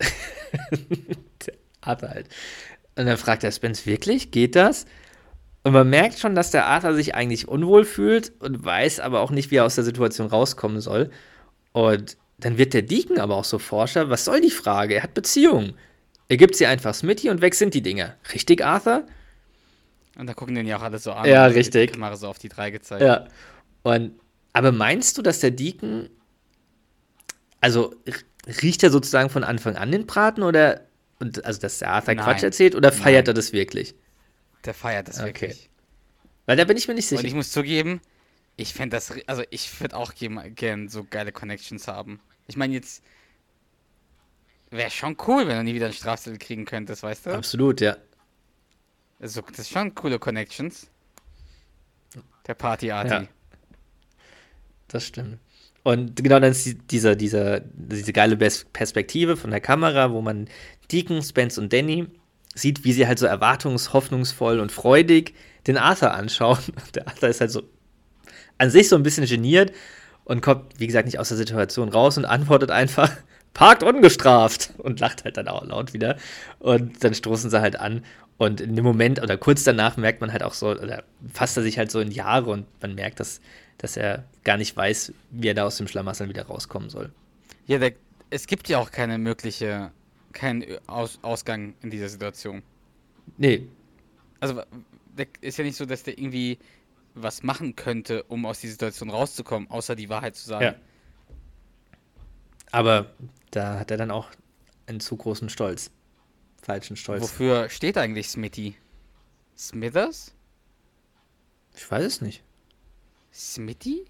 Der Arthur halt. Und dann fragt der Spence, wirklich? Geht das? Und man merkt schon, dass der Arthur sich eigentlich unwohl fühlt und weiß aber auch nicht, wie er aus der Situation rauskommen soll. Und dann wird der Deacon aber auch so Forscher. Was soll die Frage? Er hat Beziehungen. Er gibt sie einfach Smitty und weg sind die Dinger. Richtig, Arthur? Und da gucken den ja auch alle so an. Ja, und dann wird richtig. Die Kamera so auf die drei gezeigt. Ja. Und, aber meinst du, dass der Deacon, also r- riecht er sozusagen von Anfang an den Braten oder, und, also dass der Arthur Nein. Quatsch erzählt oder feiert Nein. er das wirklich? Der feiert das Okay. wirklich. Weil da bin ich mir nicht Und sicher. ich muss zugeben, ich fände das, ri- also ich würde auch gern, gern so geile Connections haben. Ich meine jetzt, wäre schon cool, wenn du nie wieder einen Strafzettel kriegen könntest, weißt du? Absolut, ja. Also, das ist schon coole Connections. Der Party-Arty. Ja. Das stimmt. Und genau dann ist die- dieser, dieser, diese geile Bes- Perspektive von der Kamera, wo man Deacon, Spence und Danny sieht, wie sie halt so erwartungs-, hoffnungsvoll und freudig den Arthur anschauen. Und der Arthur ist halt so an sich so ein bisschen geniert und kommt, wie gesagt, nicht aus der Situation raus und antwortet einfach, parkt ungestraft und lacht halt dann auch laut wieder. Und dann stoßen sie halt an. Und in dem Moment oder kurz danach merkt man halt auch so, oder fasst er sich halt so in die Haare und man merkt, dass, dass er gar nicht weiß, wie er da aus dem Schlamassel wieder rauskommen soll. Ja, der, es gibt ja auch keine mögliche, keinen Aus, Ausgang in dieser Situation. Nee, Also, wa- der ist ja nicht so, dass der irgendwie was machen könnte, um aus dieser Situation rauszukommen, außer die Wahrheit zu sagen. ja. Aber da hat er dann auch einen zu großen Stolz. Falschen Stolz. Wofür steht eigentlich Smitty? Smithers? Ich weiß es nicht. Smitty?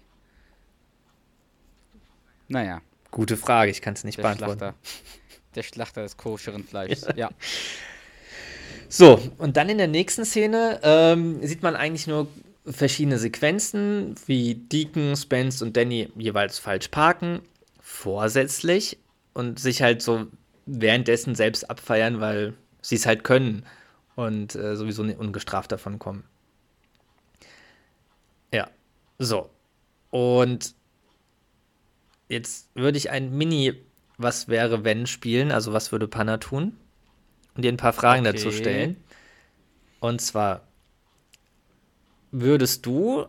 Naja, Gute Frage, ich kann es nicht der beantworten. Schlachter. Der Schlachter des koscheren Fleischs. Ja. So, und dann in der nächsten Szene ähm, sieht man eigentlich nur verschiedene Sequenzen, wie Deacon, Spence und Danny jeweils falsch parken, vorsätzlich und sich halt so währenddessen selbst abfeiern, weil sie es halt können und äh, sowieso nicht ungestraft davon kommen. Ja, so. Und jetzt würde ich ein Mini Was wäre wenn spielen, also was würde Panna tun? Und dir ein paar Fragen Okay. dazu stellen. Und zwar, würdest du,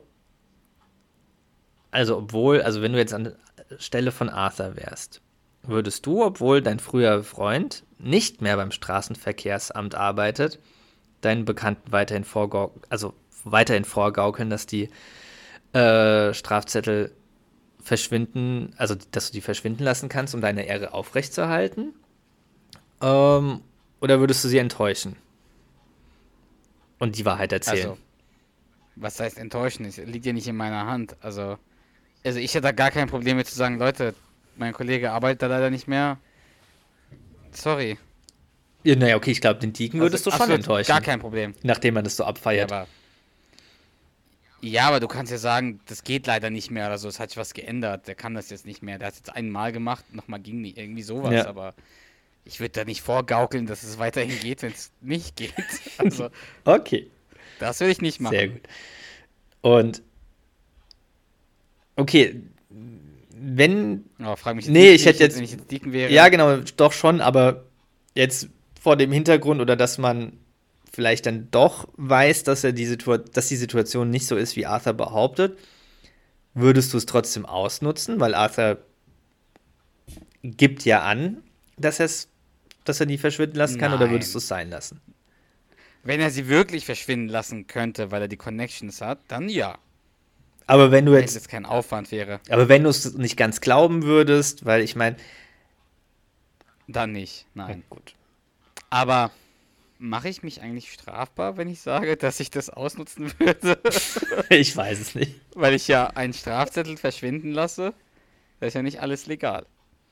also obwohl, also wenn du jetzt an der Stelle von Arthur wärst, würdest du, obwohl dein früherer Freund nicht mehr beim Straßenverkehrsamt arbeitet, deinen Bekannten weiterhin vorgaukeln, also weiterhin vorgaukeln, dass die äh, Strafzettel verschwinden, also dass du die verschwinden lassen kannst, um deine Ehre aufrechtzuerhalten? Ähm, oder würdest du sie enttäuschen? Und die Wahrheit erzählen? Also, Was heißt enttäuschen? Es liegt ja nicht in meiner Hand. Also, also ich hätte da gar kein Problem mit zu sagen, Leute, mein Kollege arbeitet da leider nicht mehr. Sorry. Ja, naja, okay, ich glaube, den Deacon würdest Also, du schon absolut enttäuschen. Gar kein Problem. Nachdem man das so Ja, abfeiert. aber, ja, aber du kannst ja sagen, das geht leider nicht mehr oder so. Es hat sich was geändert. Der kann das jetzt nicht mehr. Der hat es jetzt einmal gemacht, nochmal ging nicht. Irgendwie sowas. Ja. Aber ich würde da nicht vorgaukeln, dass es weiterhin geht, wenn es nicht geht. Also, Okay, das würde ich nicht machen. sehr gut. Und okay, wenn Oh, frag mich Nee, nicht, ich wenn hätte jetzt- wenn ich jetzt Deacon wäre. Ja, genau, doch schon, aber jetzt vor dem Hintergrund oder dass man vielleicht dann doch weiß, dass er die Situa- dass die Situation nicht so ist, wie Arthur behauptet, würdest du es trotzdem ausnutzen, weil Arthur gibt ja an, dass, er's, dass er die verschwinden lassen kann, oder Nein. würdest du es sein lassen? Wenn er sie wirklich verschwinden lassen könnte, weil er die Connections hat, dann ja. Aber wenn du Wenn es jetzt, jetzt kein Aufwand wäre, aber wenn du es nicht ganz glauben würdest, weil ich meine, dann nicht. Nein. gut. Aber mache ich mich eigentlich strafbar, wenn ich sage, dass ich das ausnutzen würde? Ich weiß es nicht. Weil ich ja einen Strafzettel verschwinden lasse? Das ist ja nicht alles legal.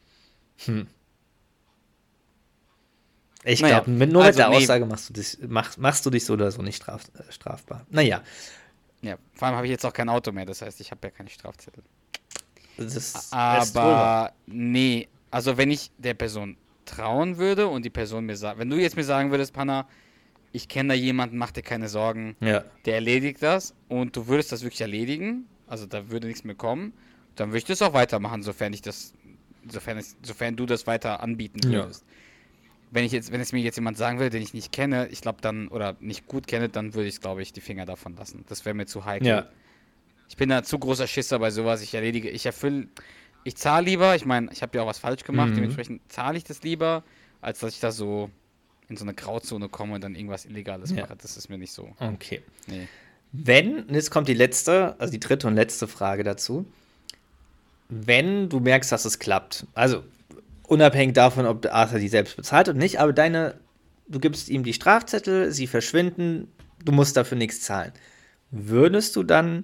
Ich Naja, glaube, mit nur mit also der nee. Aussage machst du, dich, mach, machst du dich so oder so nicht straf, äh, strafbar. Naja, Ja, vor allem habe ich jetzt auch kein Auto mehr, das heißt, ich habe ja keine Strafzettel. das ist Aber nee, also wenn ich der Person trauen würde und die Person mir sagt, wenn du jetzt mir sagen würdest, Panna, ich kenne da jemanden, mach dir keine Sorgen, Ja, der erledigt das und du würdest das wirklich erledigen, also da würde nichts mehr kommen, dann würde ich das auch weitermachen, sofern ich das, sofern es, sofern du das weiter anbieten Ja. würdest. Wenn ich jetzt, wenn es mir jetzt jemand sagen würde, den ich nicht kenne, ich glaube dann, oder nicht gut kenne, dann würde ich, glaube ich, die Finger davon lassen. Das wäre mir zu heikel. ja, Ich bin da zu großer Schisser bei sowas, ich erledige, ich erfülle, ich zahle lieber, ich meine, ich habe ja auch was falsch gemacht, Mhm. dementsprechend zahle ich das lieber, als dass ich da so in so eine Grauzone komme und dann irgendwas Illegales Ja. mache. Das ist mir nicht so. okay. Nee. Wenn, und jetzt kommt die letzte, also die dritte und letzte Frage dazu. Wenn du merkst, dass es klappt, also unabhängig davon, ob Arthur die selbst bezahlt oder nicht, aber deine, du gibst ihm die Strafzettel, sie verschwinden, du musst dafür nichts zahlen. Würdest du dann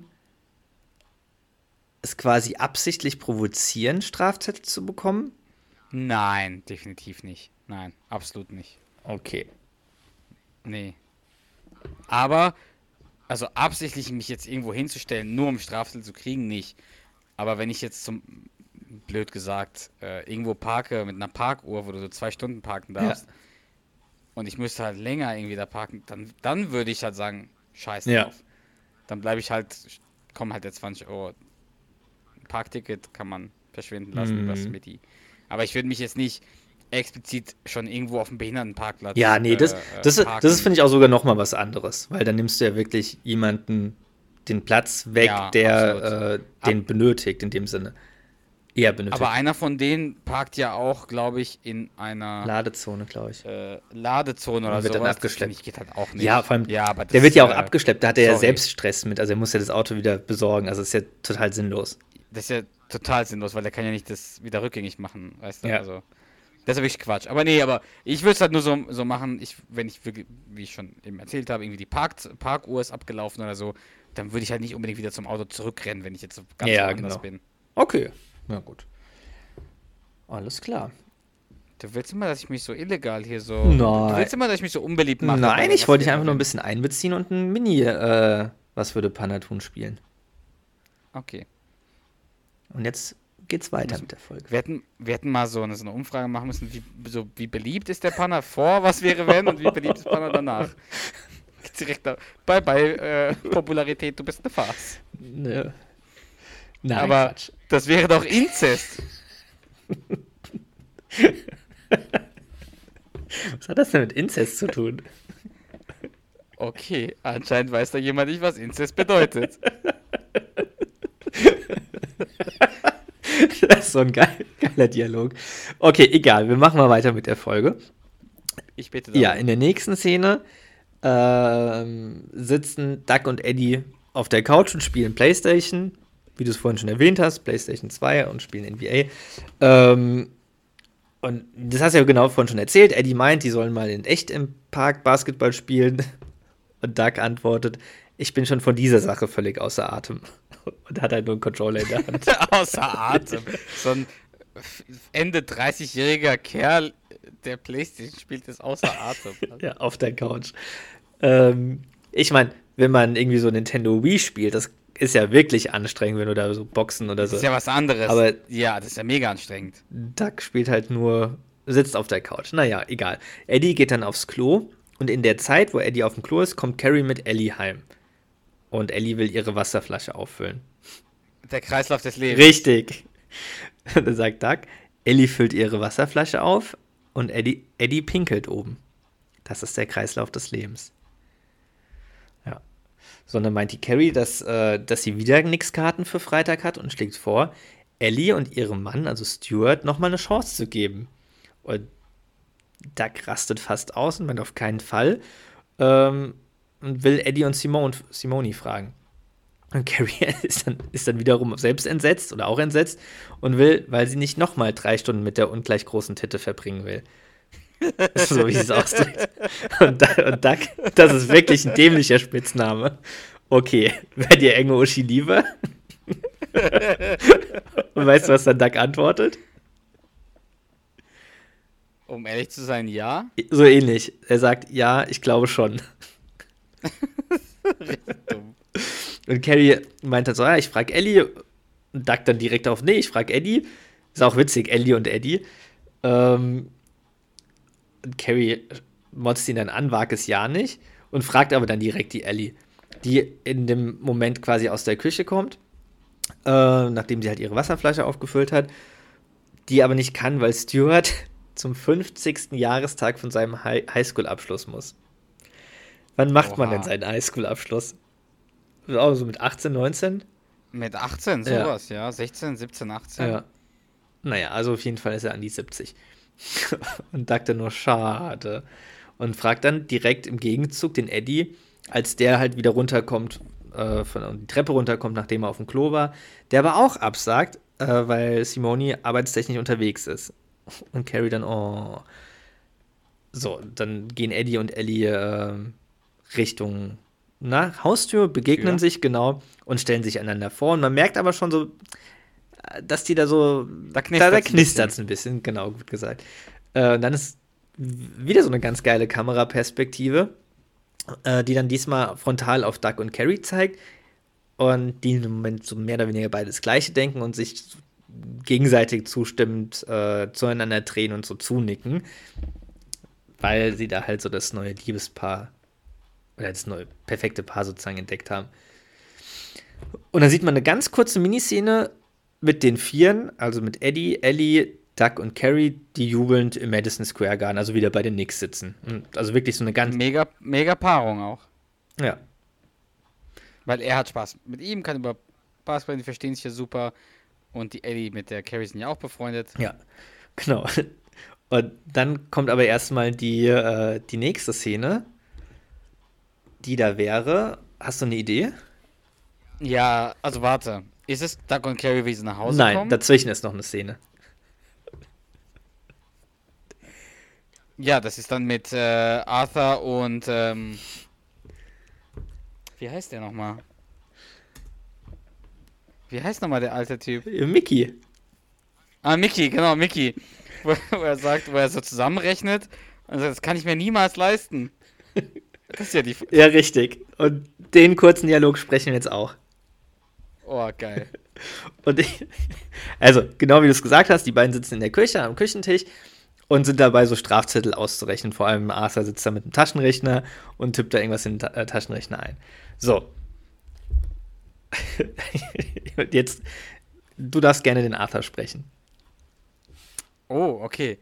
es quasi absichtlich provozieren, Strafzettel zu bekommen? Nein, definitiv nicht. Nein, absolut nicht. Okay. Nee. Aber, also absichtlich mich jetzt irgendwo hinzustellen, nur um Strafzettel zu kriegen, nicht. Aber wenn ich jetzt zum, blöd gesagt, äh, irgendwo parke mit einer Parkuhr, wo du so zwei Stunden parken darfst, und ich müsste halt länger irgendwie da parken, dann, dann würde ich halt sagen, scheiß Ja. drauf. Dann bleibe ich halt, kommen halt der zwanzig Euro Parkticket, kann man verschwinden lassen Mhm. über Smitty. Aber ich würde mich jetzt nicht explizit schon irgendwo auf dem Behindertenparkplatz Ja, nee, das, äh, das, parken. das ist, finde ich, auch sogar noch mal was anderes, weil dann nimmst du ja wirklich jemanden den Platz weg, Ja, der absolut. äh, den benötigt, in dem Sinne. Eher benötigt. Aber einer von denen parkt ja auch, glaube ich, in einer Ladezone, glaube ich. äh, Ladezone oder Und wird dann sowas. Das abgeschleppt. finde ich geht halt auch nicht. Ja, vor allem, ja, aber das, der wird ja auch äh, abgeschleppt, da hat er ja sorry. selbst Stress mit, also er muss ja das Auto wieder besorgen, also ist ja total sinnlos. Das ist ja total sinnlos, weil der kann ja nicht das wieder rückgängig machen, weißt du? Ja. Also, das ist ja wirklich Quatsch. Aber nee, aber ich würde es halt nur so, so machen, ich, wenn ich wirklich, wie ich schon eben erzählt habe, irgendwie die Park, Parkuhr ist abgelaufen oder so, dann würde ich halt nicht unbedingt wieder zum Auto zurückrennen, wenn ich jetzt so ganz Ja, woanders genau. bin. Okay, na gut. Alles klar. Du willst immer, dass ich mich so illegal hier so. Nein. Du willst immer, dass ich mich so unbeliebt mache. Nein, aber ich was wollte dich wäre, einfach nur ein wenn- bisschen einbeziehen und ein Mini, äh, was würde Panatun spielen. Okay. Und jetzt geht's weiter mit der Folge. Wir hätten, wir hätten mal so eine, so eine Umfrage machen müssen, wie, so, wie beliebt ist der Panna vor, was wäre wenn, und wie beliebt ist Panna danach. Direkt da. Bye bye, äh, Popularität, du bist eine Farce. Nö. Nein, Aber Quatsch. das wäre doch Inzest. Was hat das denn mit Inzest zu tun? Okay, anscheinend weiß da jemand nicht, was Inzest bedeutet. Das ist so ein geil, geiler Dialog. Okay, egal, wir machen mal weiter mit der Folge. Ich bitte Ja, darum. in der nächsten Szene ähm, sitzen Doug und Eddie auf der Couch und spielen PlayStation, wie du es vorhin schon erwähnt hast, PlayStation zwei, und spielen N B A. Ähm, und das hast du ja genau vorhin schon erzählt. Eddie meint, die sollen mal in echt im Park Basketball spielen. Und Doug antwortet, ich bin schon von dieser Sache völlig außer Atem. Und hat halt nur einen Controller in der Hand. Außer Atem. So ein Ende dreißigjähriger Kerl, der Playstation spielt, ist außer Atem. Ja, auf der Couch. Ähm, ich meine, wenn man irgendwie so Nintendo Wii spielt, das ist ja wirklich anstrengend, wenn du da so Boxen oder so. Das ist ja was anderes. Aber ja, das ist ja mega anstrengend. Duck spielt halt nur, sitzt auf der Couch. Naja, egal. Eddie geht dann aufs Klo und in der Zeit, wo Eddie auf dem Klo ist, kommt Carrie mit Ellie heim. Und Ellie will ihre Wasserflasche auffüllen. Der Kreislauf des Lebens. Richtig. Da sagt Duck, Ellie füllt ihre Wasserflasche auf und Eddie, Eddie pinkelt oben. Das ist der Kreislauf des Lebens. Ja. Sondern meint die Carrie, dass, äh, dass sie wieder nix Karten für Freitag hat und schlägt vor, Ellie und ihrem Mann, also Stuart, nochmal eine Chance zu geben. Und Duck rastet fast aus und meint auf keinen Fall. Ähm, und will Eddie und Simone, Simone fragen. Und Carrie ist dann, ist dann wiederum selbst entsetzt oder auch entsetzt und will, weil sie nicht nochmal drei Stunden mit der ungleich großen Titte verbringen will. So wie sie es ausdrückt. Und, und Duck, das ist wirklich ein dämlicher Spitzname. Okay, wäre dir enge Uschi lieber? Und weißt du, was dann Duck antwortet? Um ehrlich zu sein, ja. So ähnlich. Er sagt, ja, ich glaube schon. Dumm. Und Carrie meint dann so, ja, ich frage Ellie. Und Duck dann direkt auf, nee, ich frage Eddie. Ist auch witzig, Ellie und Eddie. Ähm, und Carrie motzt ihn dann an, wagt es ja nicht. Und fragt aber dann direkt die Ellie, die in dem Moment quasi aus der Küche kommt, äh, nachdem sie halt ihre Wasserflasche aufgefüllt hat, die aber nicht kann, weil Stuart zum fünfzigsten Jahrestag von seinem Hi- Highschool-Abschluss muss. Wann macht Oha. man denn seinen Highschool-Abschluss? Auch so mit achtzehn, neunzehn? Mit achtzehn, sowas, ja. ja. sechzehn, siebzehn, achtzehn. Ja. Naja, also auf jeden Fall ist er an die siebzig. Und Duck dann nur schade. Und fragt dann direkt im Gegenzug den Eddie, als der halt wieder runterkommt, äh, von die Treppe runterkommt, nachdem er auf dem Klo war, der aber auch absagt, äh, weil Simone arbeitstechnisch unterwegs ist. Und Carrie dann, oh. So, dann gehen Eddie und Ellie äh, Richtung na, Haustür, begegnen Tür. sich, genau, und stellen sich einander vor. Und man merkt aber schon so, dass die da so, Da da, da knistert's ein knistert es ein bisschen, genau, gut gesagt. Äh, und dann ist wieder so eine ganz geile Kameraperspektive, äh, die dann diesmal frontal auf Duck und Carrie zeigt und die im Moment so mehr oder weniger beide das Gleiche denken und sich gegenseitig zustimmend äh, zueinander drehen und so zunicken, weil sie da halt so das neue Liebespaar oder das neue perfekte Paar sozusagen entdeckt haben. Und dann sieht man eine ganz kurze Miniszene mit den Vieren, also mit Eddie, Ellie, Duck und Carrie, die jubelnd im Madison Square Garden, also wieder bei den Knicks sitzen. Und also wirklich so eine ganz... Mega, mega Paarung auch. Ja. Weil er hat Spaß mit ihm, kann über Basketball, die verstehen sich ja super. Und die Ellie mit der Carrie sind ja auch befreundet. Ja, genau. Und dann kommt aber erstmal die, äh, die nächste Szene, die da wäre. Hast du eine Idee? Ja, also warte. Ist es Duck und Carrie, wie sie nach Hause Nein, kommen? dazwischen ist noch eine Szene. Ja, das ist dann mit äh, Arthur und ähm, wie heißt der nochmal? Wie heißt nochmal der alte Typ? Äh, Mickey. Ah, Mickey, genau, Mickey. Wo, wo er sagt, wo er so zusammenrechnet. Also das kann ich mir niemals leisten. Das ist ja die... Ja, richtig. Und den kurzen Dialog sprechen wir jetzt auch. Oh, geil. Und ich, also, genau wie du es gesagt hast, die beiden sitzen in der Küche am Küchentisch und sind dabei, so Strafzettel auszurechnen. Vor allem Arthur sitzt da mit dem Taschenrechner und tippt da irgendwas in den Ta- äh, Taschenrechner ein. So. Und jetzt, du darfst gerne den Arthur sprechen. Oh, okay.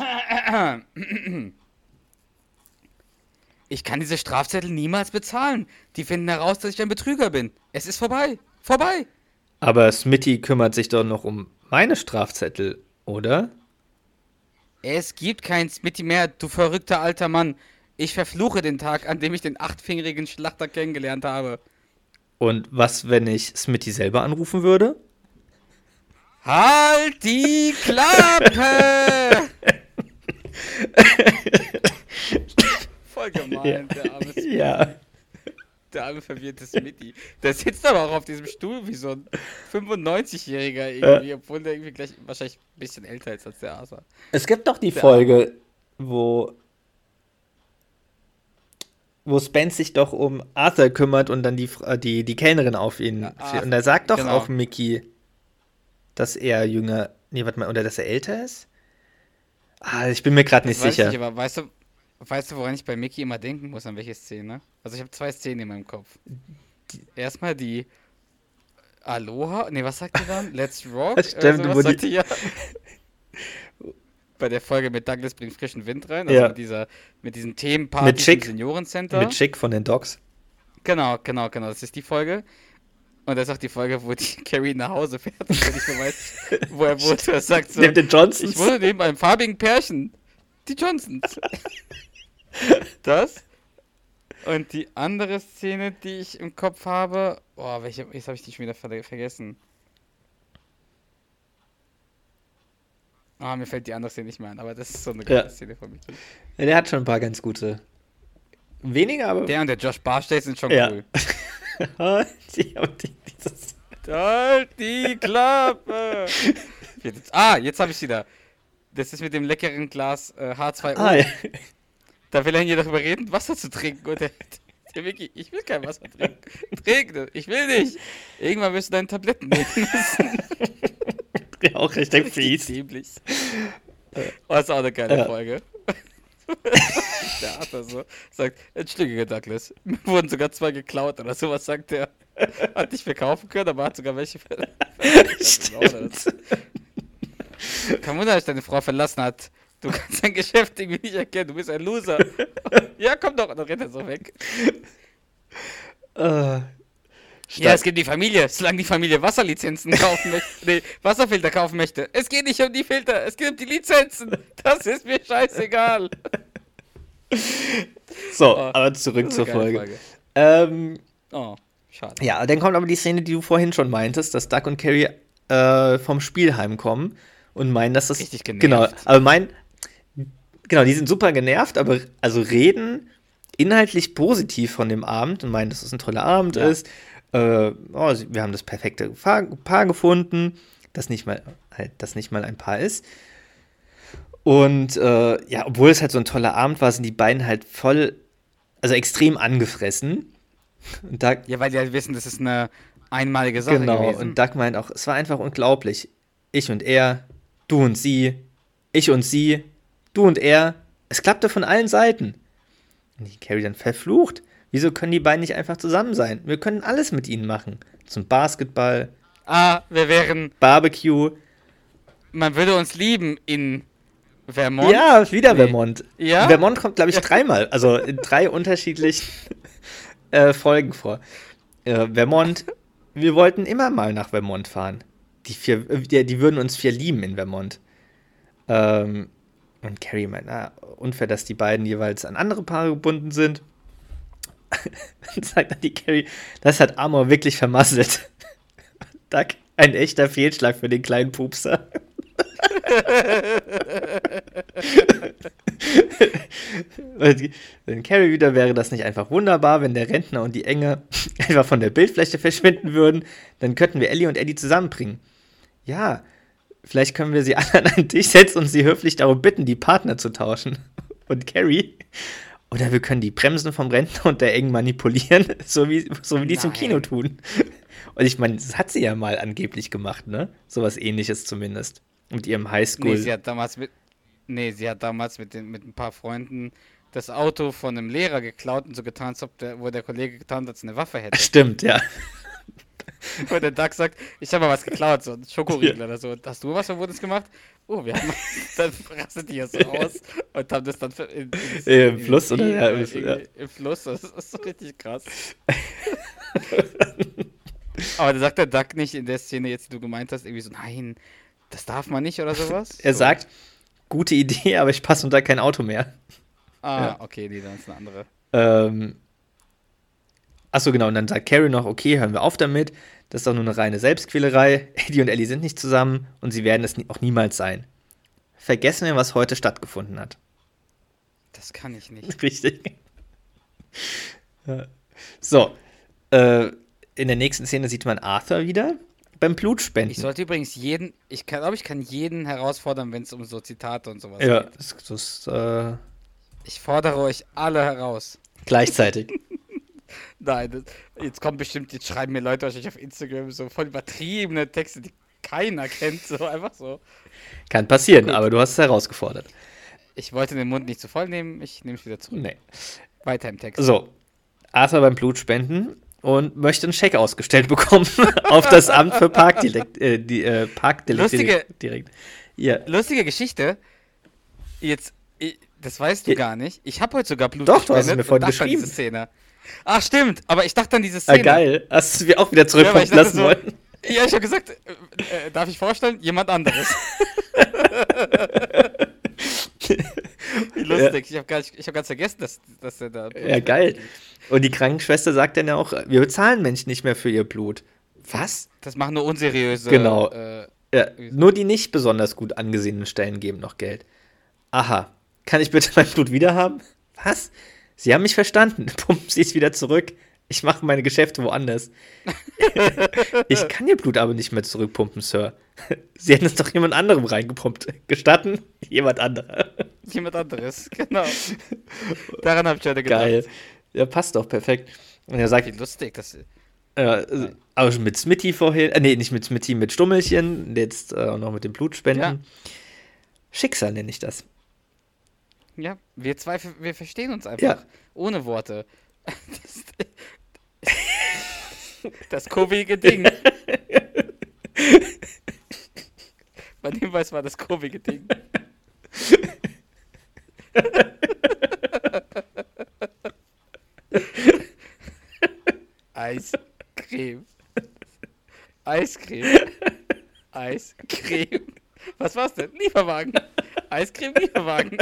Ich kann diese Strafzettel niemals bezahlen. Die finden heraus, dass ich ein Betrüger bin. Es ist vorbei. Vorbei. Aber Smitty kümmert sich doch noch um meine Strafzettel, oder? Es gibt kein Smitty mehr, du verrückter alter Mann. Ich verfluche den Tag, an dem ich den achtfingerigen Schlachter kennengelernt habe. Und was, wenn ich Smitty selber anrufen würde? Halt die Klappe! Voll gemein, Ja. der arme Smitty. Ja. Der arme, verwirrtes Mitty. Der sitzt aber auch auf diesem Stuhl wie so ein fünfundneunzigjähriger irgendwie, ja. Obwohl der irgendwie gleich wahrscheinlich ein bisschen älter ist als der Arthur. Es gibt doch die der Folge, Arme. wo wo Spence sich doch um Arthur kümmert und dann die, die, die Kellnerin auf ihn. Ja, Arthur, und er sagt doch genau. auch Mickey, dass er jünger, nee, warte mal, oder dass er älter ist? Ah, ich bin mir gerade nicht Das weiß sicher. ich nicht, aber weißt du, weißt du, woran ich bei Mickey immer denken muss, an welche Szene? Also ich habe zwei Szenen in meinem Kopf. Erstmal die Aloha, nee, was sagt ihr dann? Let's Rock? Das stimmt, Oder wo sowas sagt die- ihr ja. Bei der Folge mit Douglas bringt frischen Wind rein, also Ja. mit dieser, mit diesen Themenpartys Mit Chick. im Seniorencenter. Mit Chick von den Dogs. Genau, genau, genau, das ist die Folge. Und das ist auch die Folge, wo die Carrie nach Hause fährt und ich nicht mehr weiß, wo er wohnt. Er sagt so, Neben den Johnsons. ich wohne neben einem farbigen Pärchen. Die Johnsons. Das. Und die andere Szene, die ich im Kopf habe, oh, welche, jetzt habe ich die schon wieder ver vergessen. Ah, mir fällt die andere Szene nicht mehr an, aber das ist so eine geile Ja. Szene von mir. Ja, der hat schon ein paar ganz gute. Weniger, aber. Der und der Josh Barstay sind schon ja. cool. die, aber die, dieses, Halt die Klappe! Jetzt, ah, jetzt habe ich wieder. Das ist mit dem leckeren Glas äh, H zwei O. ah, ja. Da will er hier darüber reden, Wasser zu trinken. Und der, der Vicky, ich will kein Wasser trinken. Trink das, ich will nicht. Irgendwann wirst du deine Tabletten nehmen müssen. Ja, auch recht Richtig fies. dämlich. Oh, ist auch eine geile Ja. Folge. Der Arthur so sagt, entschuldige Douglas, mir wurden sogar zwei geklaut oder sowas, sagt er. Hat nicht verkaufen können, aber hat sogar welche ver Stimmt. Kein Wunder, dass deine Frau verlassen hat. Du kannst dein Geschäft irgendwie nicht erkennen, du bist ein Loser. Ja, komm doch, und dann rennt er so weg. Äh, Ja, es gibt die Familie, solange die Familie Wasserlizenzen kaufen möchte, nee, Wasserfilter kaufen möchte. Es geht nicht um die Filter, es geht um die Lizenzen. Das ist mir scheißegal. so, Oh, aber zurück Das ist zur eine geile Folge. Ähm, Oh, schade. ja, dann kommt aber die Szene, die du vorhin schon meintest, dass Doug und Carrie äh, vom Spiel heimkommen und meinen, dass das. Richtig genervt. Genau, aber meinen. Genau, die sind super genervt, aber also reden inhaltlich positiv von dem Abend und meinen, dass es ein toller Abend Ja. ist. Äh, oh, sie- wir haben das perfekte Paar, Paar gefunden, das nicht mal halt, das nicht mal ein Paar ist. Und äh, ja, obwohl es halt so ein toller Abend war, sind die beiden halt voll, also extrem angefressen. Und Doug, Ja, weil die halt wissen, das ist eine einmalige Sache genau, gewesen. und Doug meint auch, es war einfach unglaublich. Ich und er, du und sie, ich und sie, du und er. Es klappte von allen Seiten. Und die Carrie dann verflucht. Wieso können die beiden nicht einfach zusammen sein? Wir können alles mit ihnen machen. Zum Basketball, ah, wir wären, Barbecue. man würde uns lieben in Vermont. Ja, wieder Nee. Vermont. Ja? Vermont kommt, glaube ich, Ja. dreimal. Also in drei unterschiedlichen äh, Folgen vor. Äh, Vermont, wir wollten immer mal nach Vermont fahren. Die, vier, äh, die, die würden uns vier lieben in Vermont. Ähm, und Carrie meint, na, unfair, dass die beiden jeweils an andere Paare gebunden sind. Dann sagt dann die Carrie, das hat Amor wirklich vermasselt. Doug, ein echter Fehlschlag für den kleinen Pupser. Wenn Carrie wieder wäre das nicht einfach wunderbar, wenn der Rentner und die Enge einfach von der Bildfläche verschwinden würden, dann könnten wir Ellie und Eddie zusammenbringen. Ja, vielleicht können wir sie alle an einen Tisch setzen und sie höflich darum bitten, die Partner zu tauschen. Und Carrie, oder wir können die Bremsen vom Rentner und der Eng manipulieren, so wie, so wie die es im Nein. Kino tun. Und ich meine, das hat sie ja mal angeblich gemacht, ne? Sowas Ähnliches zumindest. Mit ihrem Highschool. Nee, sie hat damals mit, nee, sie hat damals mit, den, mit ein paar Freunden das Auto von einem Lehrer geklaut und so getan, als ob der, wo der Kollege getan hat, als eine Waffe hätte. Stimmt, ja. Wo der Doug sagt, ich habe mal was geklaut, so ein Schokoriegel oder so. Hast du was Verbotenes gemacht? Oh, wir haben dann rastet die ja so aus und haben das dann in, in, in, Äh, Im in- Fluss, in- oder? Ja, äh, im- ja. Im Fluss, das ist so richtig krass. Aber da sagt der Duck nicht in der Szene, jetzt die du gemeint hast, irgendwie so, nein, das darf man nicht oder sowas? Er so. sagt, gute Idee, aber ich passe unter kein Auto mehr. Ah, ja. okay, nee, dann ist eine andere. Ähm, achso, genau, und dann sagt Carrie noch, okay, hören wir auf damit. Das ist doch nur eine reine Selbstquälerei. Eddie und Ellie sind nicht zusammen und sie werden es nie, auch niemals sein. Vergessen wir, was heute stattgefunden hat. Das kann ich nicht. Richtig. Ja. So, Äh, in der nächsten Szene sieht man Arthur wieder beim Blutspenden. Ich sollte übrigens jeden, ich glaube, ich kann jeden herausfordern, wenn es um so Zitate und sowas ja, geht. das, das äh, Ich fordere euch alle heraus. gleichzeitig. Nein, das, jetzt kommt bestimmt, jetzt schreiben mir Leute wahrscheinlich auf Instagram so voll übertriebene Texte, die keiner kennt, so einfach so. Kann passieren, Gut. aber du hast es herausgefordert. Ich wollte den Mund nicht zu voll nehmen, ich nehme es wieder zurück. Nee. Weiter im Text. So, Arthur beim Blutspenden und möchte einen Scheck ausgestellt bekommen auf das Amt für Parkdirekt, äh, die, äh, Parkdirekt. Lustige- direkt. Ja. Lustige Geschichte. Jetzt, ich, das weißt du Ja. gar nicht. Ich habe heute sogar Blut Doch, du hast es gespendet mir vorhin und dachte an geschrieben. diese Szene. Ach, stimmt, aber ich dachte an diese Ah, Szene. geil. Hast du mir auch wieder Ja, weil zurückkommen ich dachte lassen so, wollen? Ja, ich habe gesagt, äh, äh, darf ich vorstellen, jemand anderes. Wie lustig. Ich habe gar nicht, ich hab ganz vergessen, dass, dass er da. Ja, geil. Und die Krankenschwester sagt dann ja auch, wir bezahlen Menschen nicht mehr für ihr Blut. Was? Das machen nur unseriöse. Genau. Äh, Ja, nur die nicht besonders gut angesehenen Stellen geben noch Geld. Aha. Kann ich bitte mein Blut wiederhaben? Was? Sie haben mich verstanden. Pumpen Sie es wieder zurück. Ich mache meine Geschäfte woanders. Ich kann Ihr Blut aber nicht mehr zurückpumpen, Sir. Sie hätten es doch jemand anderem reingepumpt. Gestatten? Jemand anderer. jemand anderes, genau. Daran habe ich heute gedacht. Geil. Ja, passt doch perfekt. Und er sagt, Wie lustig, das äh, aber schon mit Smitty vorhin, äh, nee, nicht mit Smitty, mit Stummelchen, jetzt äh, auch noch mit dem Blutspenden. Ja. Schicksal nenne ich das. Ja, wir zwei, wir verstehen uns einfach. Ja. Ohne Worte. Das, das kurvige Ding. Bei dem weiß war das kurvige Ding. Eiscreme. Eiscreme. Eiscreme. Was war's denn? Lieferwagen. Eiscreme, Lieferwagen.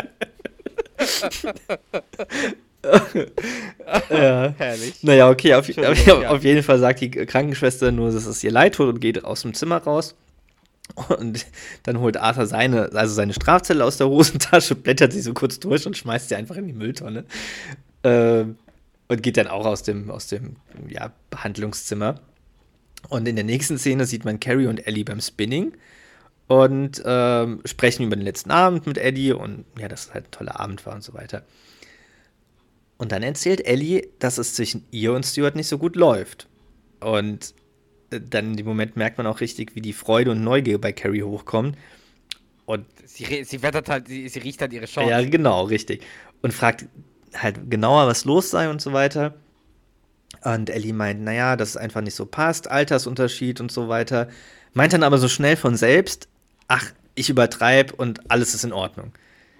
Ja. Herrlich. Naja, okay, auf, Entschuldigung, auf, ja. auf jeden Fall sagt die Krankenschwester nur, dass es ihr leid tut und geht aus dem Zimmer raus. Und dann holt Arthur seine, also seine Strafzettel aus der Hosentasche, blättert sie so kurz durch und schmeißt sie einfach in die Mülltonne. Ähm, und geht dann auch aus dem, aus dem ja, Behandlungszimmer. Und in der nächsten Szene sieht man Carrie und Ellie beim Spinning und ähm, sprechen über den letzten Abend mit Eddie und ja, dass es halt ein toller Abend war und so weiter. Und dann erzählt Ellie, dass es zwischen ihr und Stuart nicht so gut läuft. Und äh, dann in dem Moment merkt man auch richtig, wie die Freude und Neugier bei Carrie hochkommt. Und Sie, re- sie wettert halt, sie, sie riecht halt ihre Chance. ja, genau, richtig. Und fragt halt genauer, was los sei und so weiter. Und Ellie meint, naja, dass es einfach nicht so passt, Altersunterschied und so weiter. Meint dann aber so schnell von selbst, ach, ich übertreibe und alles ist in Ordnung.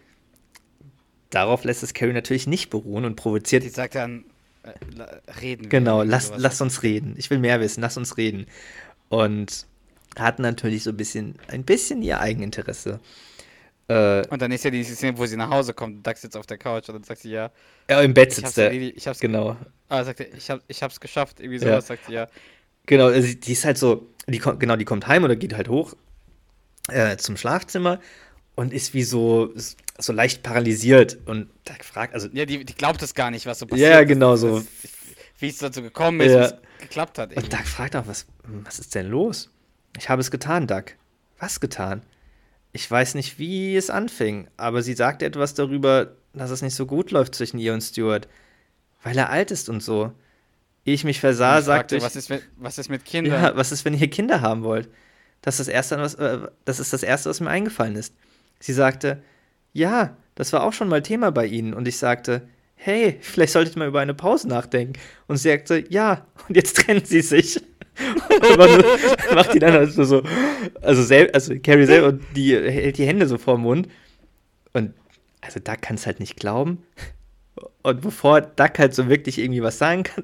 Darauf lässt es Carrie natürlich nicht beruhen und provoziert. Die sagt dann, äh, la- reden wir. Genau, oder lass, sowas. lass uns reden. Ich will mehr wissen, lass uns reden. Und hat natürlich so ein bisschen, ein bisschen ihr Eigeninteresse. Äh, Und dann ist ja diese Szene, wo sie nach Hause kommt, Doug sitzt auf der Couch und dann sagt sie, ja, ja, im Bett ich hab's sitzt er. erledigt, ich hab's, Genau. ah, sagt er, ich, hab, ich hab's geschafft, irgendwie Ja. sowas, sagt sie, ja. Genau, also sie- die ist halt so, die kommt, genau, die kommt heim oder geht halt hoch äh, zum Schlafzimmer und ist wie so, so leicht paralysiert und da fragt, also, Ja, die, die glaubt es gar nicht, was so passiert ja, ist, genau dass- so. dass- Wie es dazu gekommen ist, Ja. wie es geklappt hat. Und irgendwie. Doug fragt auch, was, was ist denn los? Ich habe es getan, Doug. Was getan? Ich weiß nicht, wie es anfing, aber sie sagte etwas darüber, dass es nicht so gut läuft zwischen ihr und Stuart, weil er alt ist und so. Ehe ich mich versah, Und ich fragte, sagte ich, was ist, mit, was ist mit Kindern? ja, was ist, wenn ihr Kinder haben wollt? Das ist das Erste, an was, äh, das ist das Erste, was mir eingefallen ist. Sie sagte, ja, das war auch schon mal Thema bei Ihnen. Und ich sagte, hey, vielleicht sollte ich mal über eine Pause nachdenken. Und sie sagte, ja, und jetzt trennen sie sich. Und macht, so, macht die dann also so, also, sel also Carrie selber, und die hält die Hände so vorm Mund. Und also Doug kann es halt nicht glauben. Und bevor Doug halt so wirklich irgendwie was sagen kann,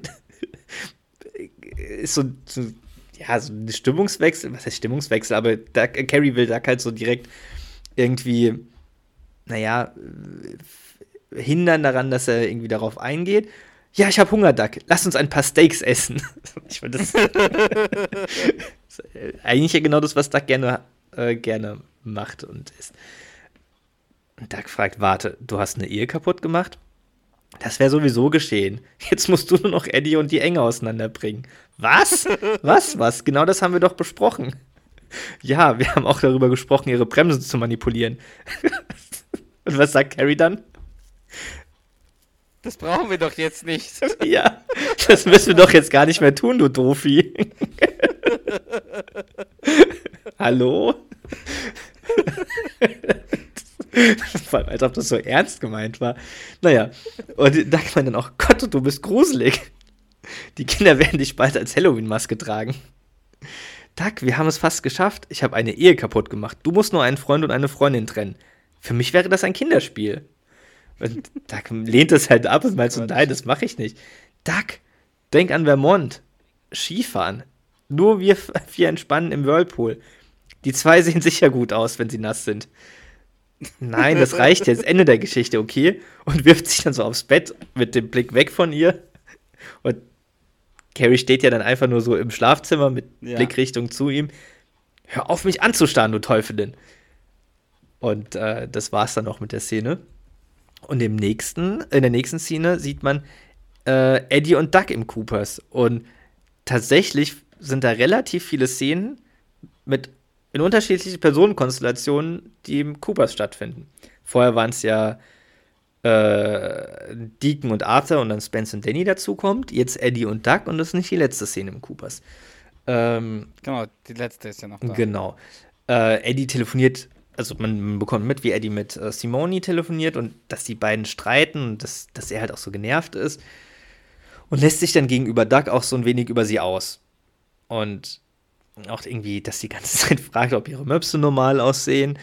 ist so, so ja, so ein Stimmungswechsel, was heißt Stimmungswechsel, aber Doug, äh, Carrie will Doug halt so direkt irgendwie, naja, äh, hindern daran, dass er irgendwie darauf eingeht. Ja, ich habe Hunger, Doug. Lass uns ein paar Steaks essen. Ich finde das, das ist eigentlich ja genau das, was Doug gerne, äh, gerne macht und isst. Und Doug fragt, warte, du hast eine Ehe kaputt gemacht? Das wäre sowieso geschehen. Jetzt musst du nur noch Eddie und die Enge auseinanderbringen. Was? Was? Was? Genau das haben wir doch besprochen. Ja, wir haben auch darüber gesprochen, ihre Bremsen zu manipulieren. Und was sagt Carrie dann? Das brauchen wir doch jetzt nicht. Ja, das müssen wir doch jetzt gar nicht mehr tun, du Doofi. Hallo? Vor allem, als ob das so ernst gemeint war. Naja, und da kann man dann auch, Gott, du bist gruselig. Die Kinder werden dich bald als Halloween-Maske tragen. Doug, wir haben es fast geschafft. Ich habe eine Ehe kaputt gemacht. Du musst nur einen Freund und eine Freundin trennen. Für mich wäre das ein Kinderspiel. Und Doug lehnt es halt ab und meint so, nein, das mache ich nicht. Doug, denk an Vermont. Skifahren. Nur wir vier entspannen im Whirlpool. Die zwei sehen sicher gut aus, wenn sie nass sind. Nein, das reicht jetzt. Ende der Geschichte, okay? Und wirft sich dann so aufs Bett mit dem Blick weg von ihr. Und Carrie steht ja dann einfach nur so im Schlafzimmer mit Ja. Blickrichtung zu ihm. Hör auf, mich anzustarren, du Teufelin. Und äh, das war's dann auch mit der Szene. Und im nächsten, in der nächsten Szene sieht man äh, Eddie und Doug im Coopers. Und tatsächlich sind da relativ viele Szenen mit in unterschiedlichen Personenkonstellationen, die im Coopers stattfinden. Vorher waren es ja äh, Deacon und Arthur und dann Spence und Danny dazukommt. Jetzt Eddie und Doug und das ist nicht die letzte Szene im Coopers. Ähm, Genau, die letzte ist ja noch da. Genau. Äh, Eddie telefoniert, also man, man bekommt mit, wie Eddie mit äh, Simone telefoniert und dass die beiden streiten und dass, dass er halt auch so genervt ist. Und lässt sich dann gegenüber Doug auch so ein wenig über sie aus. Und auch irgendwie, dass die ganze Zeit fragt, ob ihre Möpse normal aussehen.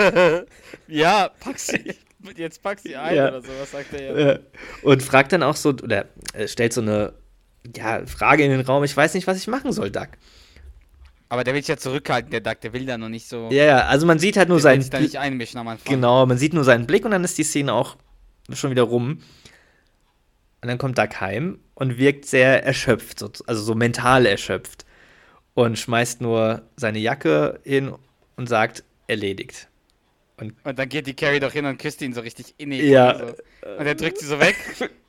Ja, pack sie. Jetzt pack sie ein Ja. oder so, was sagt er jetzt? Äh, und fragt dann auch so, oder äh, stellt so eine ja, Frage in den Raum, ich weiß nicht, was ich machen soll, Doug. Aber der will sich ja zurückhalten, der Duck, der will da noch nicht so. Ja, ja, also man sieht halt nur der will seinen sich da nicht einmischen am Anfang. Genau, man sieht nur seinen Blick und dann ist die Szene auch schon wieder rum. Und dann kommt Doug heim und wirkt sehr erschöpft, so, also so mental erschöpft. Und schmeißt nur seine Jacke hin und sagt, erledigt. Und dann geht die Carrie doch hin und küsst ihn so richtig innig. Ja. Und, so. Und er drückt sie so weg.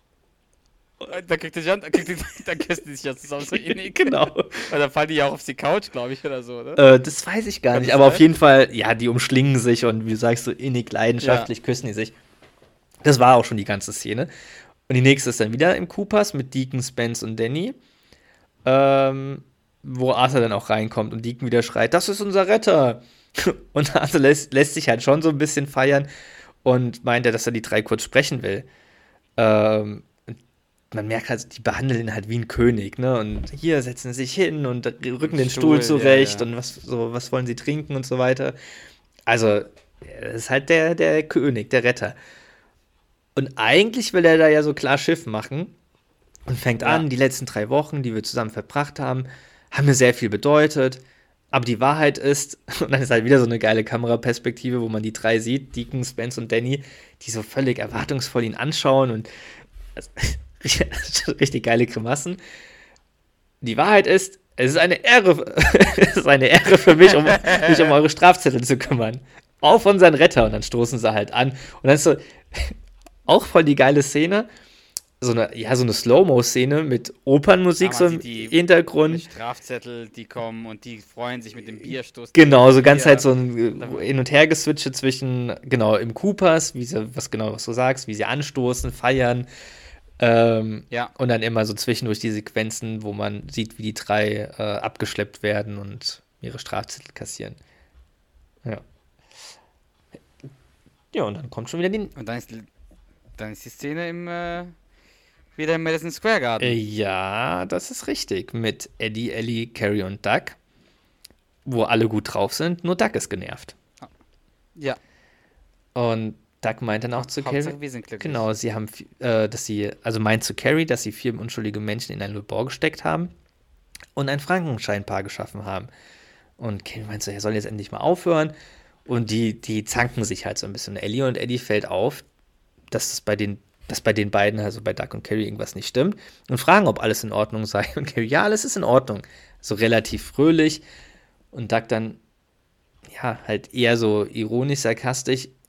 Und dann kriegt er sich an, dann, kriegt die, dann küssen die sich ja zusammen so innig. Genau. Und dann fallen die ja auch auf die Couch, glaube ich, oder so, oder? Äh, das weiß ich gar Kann nicht, das aber sein? auf jeden Fall, ja, die umschlingen sich und wie du sagst, so innig, leidenschaftlich küssen die sich. Das war auch schon die ganze Szene. Und die nächste ist dann wieder im Coopers mit Deacon, Spence und Danny. Ähm, wo Arthur dann auch reinkommt und Deacon wieder schreit, das ist unser Retter. Und Arthur lässt, lässt sich halt schon so ein bisschen feiern und meint ja, dass er die drei kurz sprechen will. Ähm, und man merkt halt, die behandeln ihn halt wie ein König, ne? Und hier setzen sie sich hin und rücken den Stuhl, Stuhl, zurecht ja, ja. und was, so, was wollen sie trinken und so weiter. Also, das ist halt der, der König, der Retter. Und eigentlich will er da ja so klar Schiff machen und fängt Ja. an, die letzten drei Wochen, die wir zusammen verbracht haben, haben mir sehr viel bedeutet. Aber die Wahrheit ist, und dann ist halt wieder so eine geile Kameraperspektive, wo man die drei sieht, Deacon, Spence und Danny, die so völlig erwartungsvoll ihn anschauen und also, richtig geile Grimassen. Die Wahrheit ist, es ist eine Ehre, es ist eine Ehre für mich, um mich um eure Strafzettel zu kümmern. Auf unseren Retter. Und dann stoßen sie halt an. Und dann ist so, auch voll die geile Szene. So eine, ja, so eine Slow-Mo-Szene mit Opernmusik Ah, so man im sieht die- Hintergrund. Die Strafzettel, die kommen und die freuen sich mit dem Bierstoß. Genau, so ganz Bier. halt so ein äh, Hin- und Her-Geswitche zwischen, genau, im Coopers, wie sie, was genau, was du sagst, wie sie anstoßen, feiern. Ähm, Ja. Und dann immer so zwischendurch die Sequenzen, wo man sieht, wie die drei äh, abgeschleppt werden und ihre Strafzettel kassieren. Ja. Ja, und dann kommt schon wieder die. Und dann ist, dann ist die Szene im, äh, wieder im Madison Square Garden. Äh, ja, das ist richtig. Mit Eddie, Ellie, Carrie und Doug, wo alle gut drauf sind, nur Doug ist genervt. Ja. Und Doug meint dann auch zu Carrie. Hauptsache, wir sind glücklich. Genau, sie haben, vi- äh, dass sie, also meint zu Carrie, dass sie vier unschuldige Menschen in ein Labor gesteckt haben und ein Frankenscheinpaar geschaffen haben. Und Carrie meint so, er soll jetzt endlich mal aufhören. Und die, die zanken sich halt so ein bisschen. Ellie und Eddie fällt auf, dass es bei den, dass bei den beiden, also bei Doug und Carrie, irgendwas nicht stimmt. Und fragen, ob alles in Ordnung sei. Und Carrie, ja, alles ist in Ordnung. So relativ fröhlich. Und Doug dann, ja, halt eher so ironisch, sarkastisch.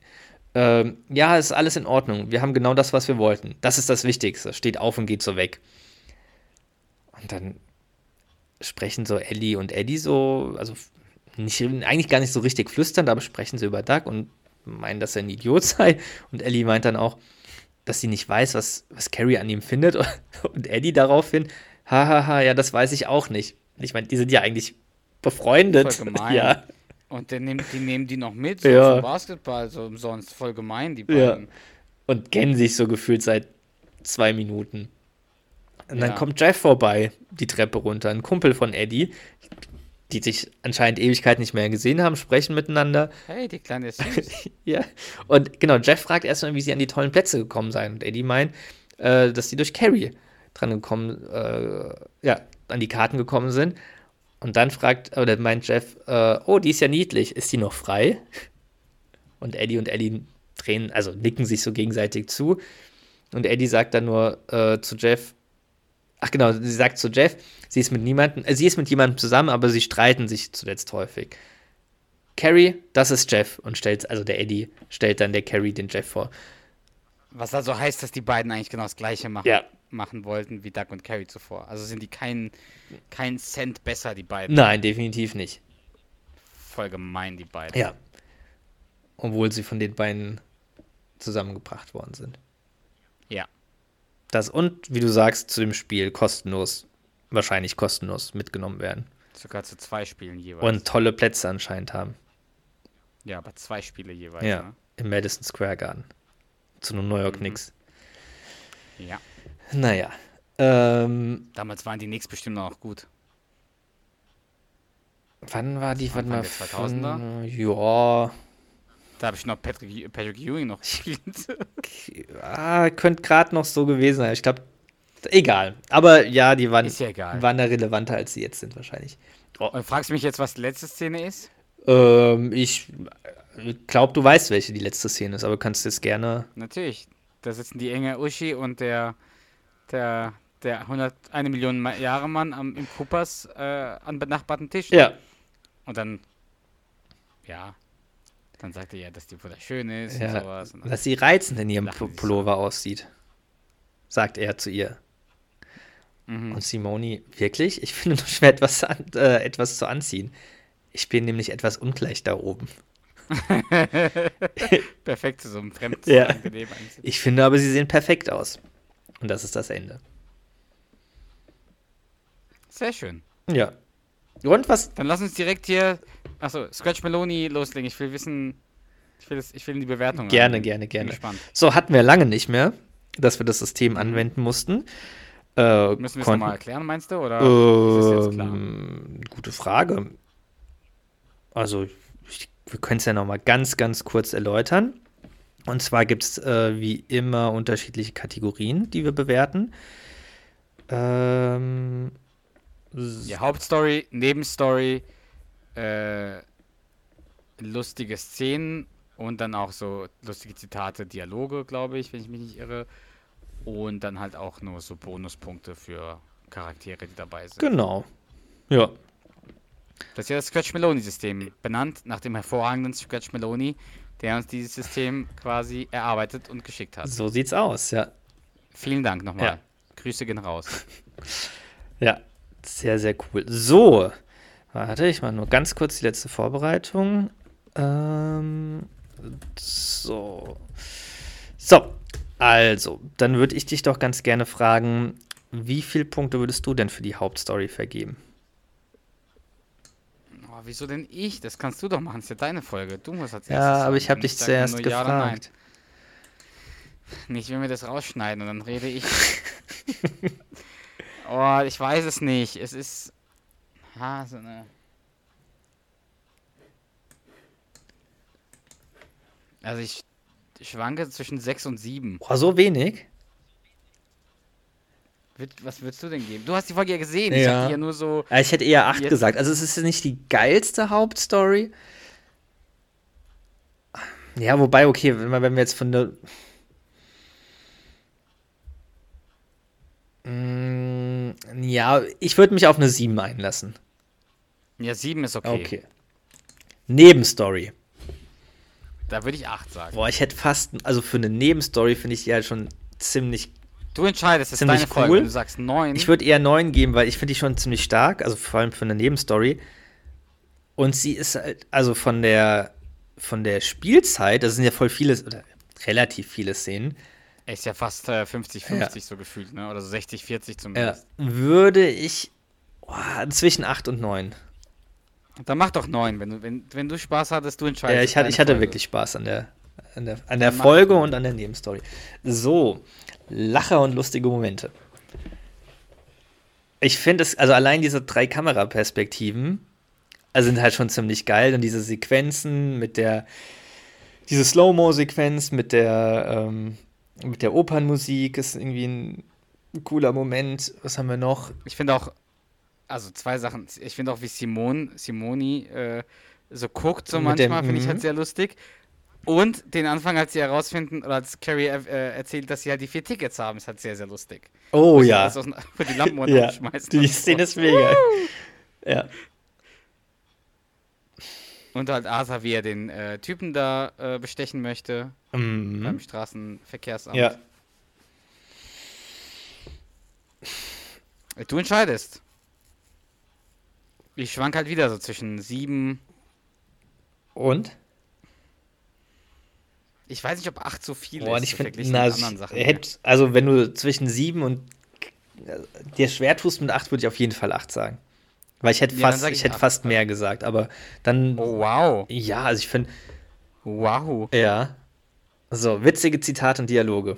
Ähm, ja, ist alles in Ordnung. Wir haben genau das, was wir wollten. Das ist das Wichtigste. Steht auf und geht so weg. Und dann sprechen so Ellie und Eddie so, also nicht, eigentlich gar nicht so richtig flüsternd, aber sprechen sie über Doug und meinen, dass er ein Idiot sei. Und Ellie meint dann auch, dass sie nicht weiß, was, was Carrie an ihm findet. Und Eddie daraufhin, hahaha, ja, das weiß ich auch nicht. Ich meine, die sind ja eigentlich befreundet. Voll gemein. Ja. Und dann nehmen, die nehmen die noch mit, so Ja. zum Basketball, so umsonst. Voll gemein, die Ja. beiden. Und kennen sich so gefühlt seit zwei Minuten. Und dann Ja. kommt Jeff vorbei, die Treppe runter, ein Kumpel von Eddie, die sich anscheinend Ewigkeit nicht mehr gesehen haben, sprechen miteinander. Hey, die Kleine ist süß. Ja. Und genau, Jeff fragt erstmal, wie sie an die tollen Plätze gekommen seien. Und Eddie meint, äh, dass sie durch Carrie dran gekommen, äh, ja, an die Karten gekommen sind. Und dann fragt, oder meint Jeff, äh, oh, die ist ja niedlich, ist die noch frei? Und Eddie und Ellie drehen, also nicken sich so gegenseitig zu. Und Eddie sagt dann nur äh, zu Jeff, ach genau, sie sagt zu Jeff, sie ist mit niemandem, äh, sie ist mit jemandem zusammen, aber sie streiten sich zuletzt häufig. Carrie, das ist Jeff. Und stellt, also der Eddie stellt dann der Carrie den Jeff vor. Was also heißt, dass die beiden eigentlich genau das Gleiche machen, Ja. machen wollten wie Doug und Carrie zuvor. Also sind die kein, kein Cent besser, die beiden. Nein, definitiv nicht. Voll gemein, die beiden. Ja. Obwohl sie von den beiden zusammengebracht worden sind. Ja. Das und, wie du sagst, zu dem Spiel kostenlos, wahrscheinlich kostenlos mitgenommen werden. Sogar zu zwei Spielen jeweils. Und tolle Plätze anscheinend haben. Ja, aber zwei Spiele jeweils. Ja, Ne? im Madison Square Garden. Zu New York Mhm. Knicks. Ja. Naja. Ähm, Damals waren die Knicks bestimmt noch gut. wann war die? Warte Anfang mal. der zweitausender? Von, ja. Da habe ich noch Patrick, Patrick Ewing noch gespielt. Ah, könnte gerade noch so gewesen sein. Ich glaube, egal. Aber ja, die waren, Ist ja egal. waren da relevanter, als sie jetzt sind, wahrscheinlich. Und fragst du mich jetzt, was die letzte Szene ist? Ähm, ich glaube, du weißt, welche die letzte Szene ist, aber kannst jetzt gerne. Natürlich. Da sitzen die enge Uschi und der, der, der hunderteins Million Ma- Jahre Mann am, im Coopers äh, an benachbarten Tisch. Ja. Und dann, ja, dann sagt er ja, dass die wunderschön ist und Ja, sowas. Und dann, dass sie reizend in ihrem Lachen Pu- sie so. Pullover aussieht. Sagt er zu ihr. mhm. Und Simone, wirklich? Ich finde nur schwer, etwas, an, äh, etwas zu anziehen. Ich bin nämlich etwas ungleich da oben. Perfekt zu so einem fremd Ja. angenehm einziehen. Ich finde aber, sie sehen perfekt aus. Und das ist das Ende. Sehr schön. Ja. Und was? Dann lass uns direkt hier, achso, Scratch Meloni loslegen. Ich will wissen, ich will, das, ich will die Bewertung Gerne, haben. gerne, Bin gerne. gespannt. So, hatten wir lange nicht mehr, dass wir das System anwenden mussten. Äh, Müssen wir es konnten- nochmal erklären, meinst du? Oder ist es jetzt klar? Ähm, gute Frage. Also, ich, wir können es ja nochmal ganz, ganz kurz erläutern. Und zwar gibt es äh, wie immer unterschiedliche Kategorien, die wir bewerten. Ähm, Ja, Hauptstory, Nebenstory, äh, lustige Szenen und dann auch so lustige Zitate, Dialoge, glaube ich, wenn ich mich nicht irre. Und dann halt auch nur so Bonuspunkte für Charaktere, die dabei sind. genau. Ja. Das ist ja das Scratch Meloni-System, benannt nach dem hervorragenden Scratch Meloni, der uns dieses System quasi erarbeitet und geschickt hat. So sieht's aus, ja. Vielen Dank nochmal. Ja. Grüße gehen raus. Ja, sehr, sehr cool. So, warte, ich mache nur ganz kurz die letzte Vorbereitung. Ähm, so. So, also, dann würde ich dich doch ganz gerne fragen, wie viele Punkte würdest du denn für die Hauptstory vergeben? Oh, wieso denn ich? Das kannst du doch machen. Das ist ja deine Folge. Du musst als erstes Ja, aber sagen. ich habe Und dich sag zuerst nur ja oder nein. gefragt. Nicht, wenn wir das rausschneiden und dann rede ich. Oh, ich weiß es nicht. Es ist. Ha, so eine. Also ich schwanke zwischen sechs und sieben. Boah, so wenig? Wird- Was würdest du denn geben? Du hast die Folge ja gesehen. Ich Ja. hab die ja nur so. Ja, ich hätte eher acht Jetzt- gesagt. Also es ist nicht die geilste Hauptstory. Ja, wobei, okay, wenn wir, wenn wir jetzt von der. Mm, ja, ich würde mich auf eine sieben einlassen. Ja, sieben ist okay. Okay. Nebenstory. Da würde ich acht sagen. Boah, ich hätte fast, also für eine Nebenstory finde ich die halt schon ziemlich. Du entscheidest, das ist Ziemlich deine Folge. cool. Wenn du sagst neun. Ich würde eher neun geben, weil ich finde die schon ziemlich stark, also vor allem für eine Nebenstory. Und sie ist halt, also von der von der Spielzeit, das sind ja voll viele, oder relativ viele Szenen, ist ja fast äh, fünfzig fünfzig so gefühlt, ne? Oder so sechzig vierzig ja, zumindest. würde ich oh, zwischen acht und neun. Dann mach doch neun. Wenn du, wenn, wenn du Spaß hattest, du entscheidest. Ja, ich hatte, deine ich hatte Folge. wirklich Spaß an der, an der, an der Dann mach Folge doch. und an der Nebenstory. So, Lacher und lustige Momente. Ich finde es, also allein diese drei Kameraperspektiven also sind halt schon ziemlich geil. Und diese Sequenzen mit der, diese Slow-Mo-Sequenz mit der, ähm, mit der Opernmusik ist irgendwie ein cooler Moment. Was haben wir noch? Ich finde auch, also zwei Sachen. Ich finde auch, wie Simone, Simoni äh, so guckt, so Mit dem- manchmal, finde ich halt mhm. sehr lustig. Und den Anfang, als sie herausfinden, oder als Carrie äh, erzählt, dass sie halt die vier Tickets haben, ist halt sehr, sehr lustig. Oh Wo sie ja. alles aus- Wo die Lampen Ja, runterschmeißen. die und Szene so. ist mega. Ja. Und halt Arthur, wie er den äh, Typen da äh, bestechen möchte beim Mhm. Straßenverkehrsamt. Ja. Du entscheidest. Ich schwank halt wieder so zwischen sieben. Und? Ich weiß nicht, ob acht so viel Boah, und ist. ich so finde, verglichen na, mit ich anderen Sachen. hätt, also wenn du zwischen sieben und äh, dir schwer tust mit acht, würde ich auf jeden Fall acht sagen. Weil ich hätte Ja, dann fast, sag ich, ich hätte acht. fast mehr gesagt, aber dann, Oh, wow. ja, also ich finde, Wow. ja. So, witzige Zitate und Dialoge.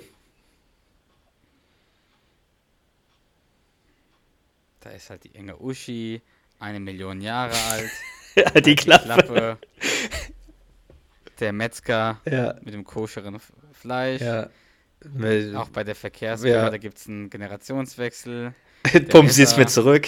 Da ist halt die enge Uschi, eine Million Jahre alt. Ja, die die Klappe. Klappe. Der Metzger Ja, mit dem koscheren F- Fleisch. ja. Mit, Auch bei der Verkehrsbehörde Ja. gibt es einen Generationswechsel. pumpen sie es Messer- mir zurück.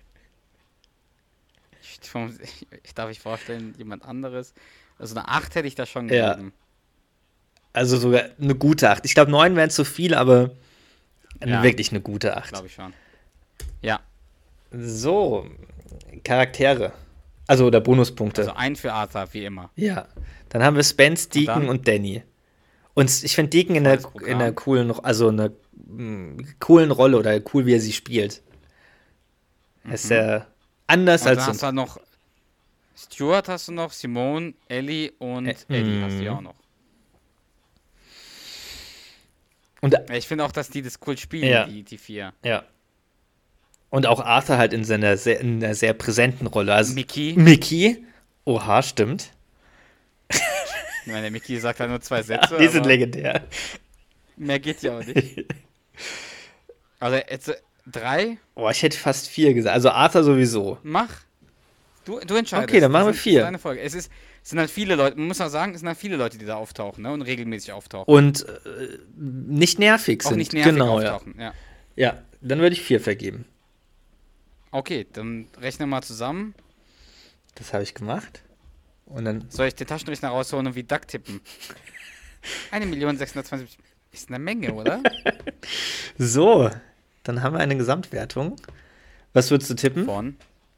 Ich, ich, ich darf mich vorstellen, jemand anderes. Also eine acht hätte ich da schon Ja. gegeben. Also sogar eine gute acht. Ich glaube, neun wären zu viel, aber eine, Ja. wirklich eine gute acht. Glaube ich schon. Ja, So, Charaktere. Also, oder Bonuspunkte. also ein für Arthur, wie immer. Ja. Dann haben wir Spence, Deacon dann? und Danny. Und ich finde Deacon in einer, Volles Programm. in einer coolen, also einer mm, coolen Rolle oder cool, wie er sie spielt. Er ist sehr anders Und dann als hast du halt noch Stuart hast du noch, Simone, Ellie und Ä- Eddie hast du ja mm. auch noch. und Ja, ich finde auch, dass die das cool spielen, Ja. die, die vier. ja. Und auch Arthur halt in seiner sehr, in einer sehr präsenten Rolle. Also Mickey, Mickey. Oha, stimmt. ich meine, der Mickey sagt halt nur zwei Sätze, Die sind aber legendär. mehr geht ja auch nicht. Also jetzt äh, drei, Boah, ich hätte fast vier gesagt. Also Arthur sowieso. mach. Du, du entscheidest. Okay, dann machen wir Das ist vier. Deine Folge. Es, ist, es sind halt viele Leute, man muss auch sagen, es sind halt viele Leute, die da auftauchen, ne? Und regelmäßig auftauchen. Und äh, nicht nervig auch sind. nicht nervig genau, ja. auftauchen. Ja. Ja, dann würde ich vier vergeben. Okay, dann rechne mal zusammen. Das habe ich gemacht. Und dann. Soll ich den Taschenrechner rausholen und wie Duck tippen? eine Million sechshundertzwanzig ist eine Menge, oder? So, dann haben wir eine Gesamtwertung. Was würdest du tippen? Von.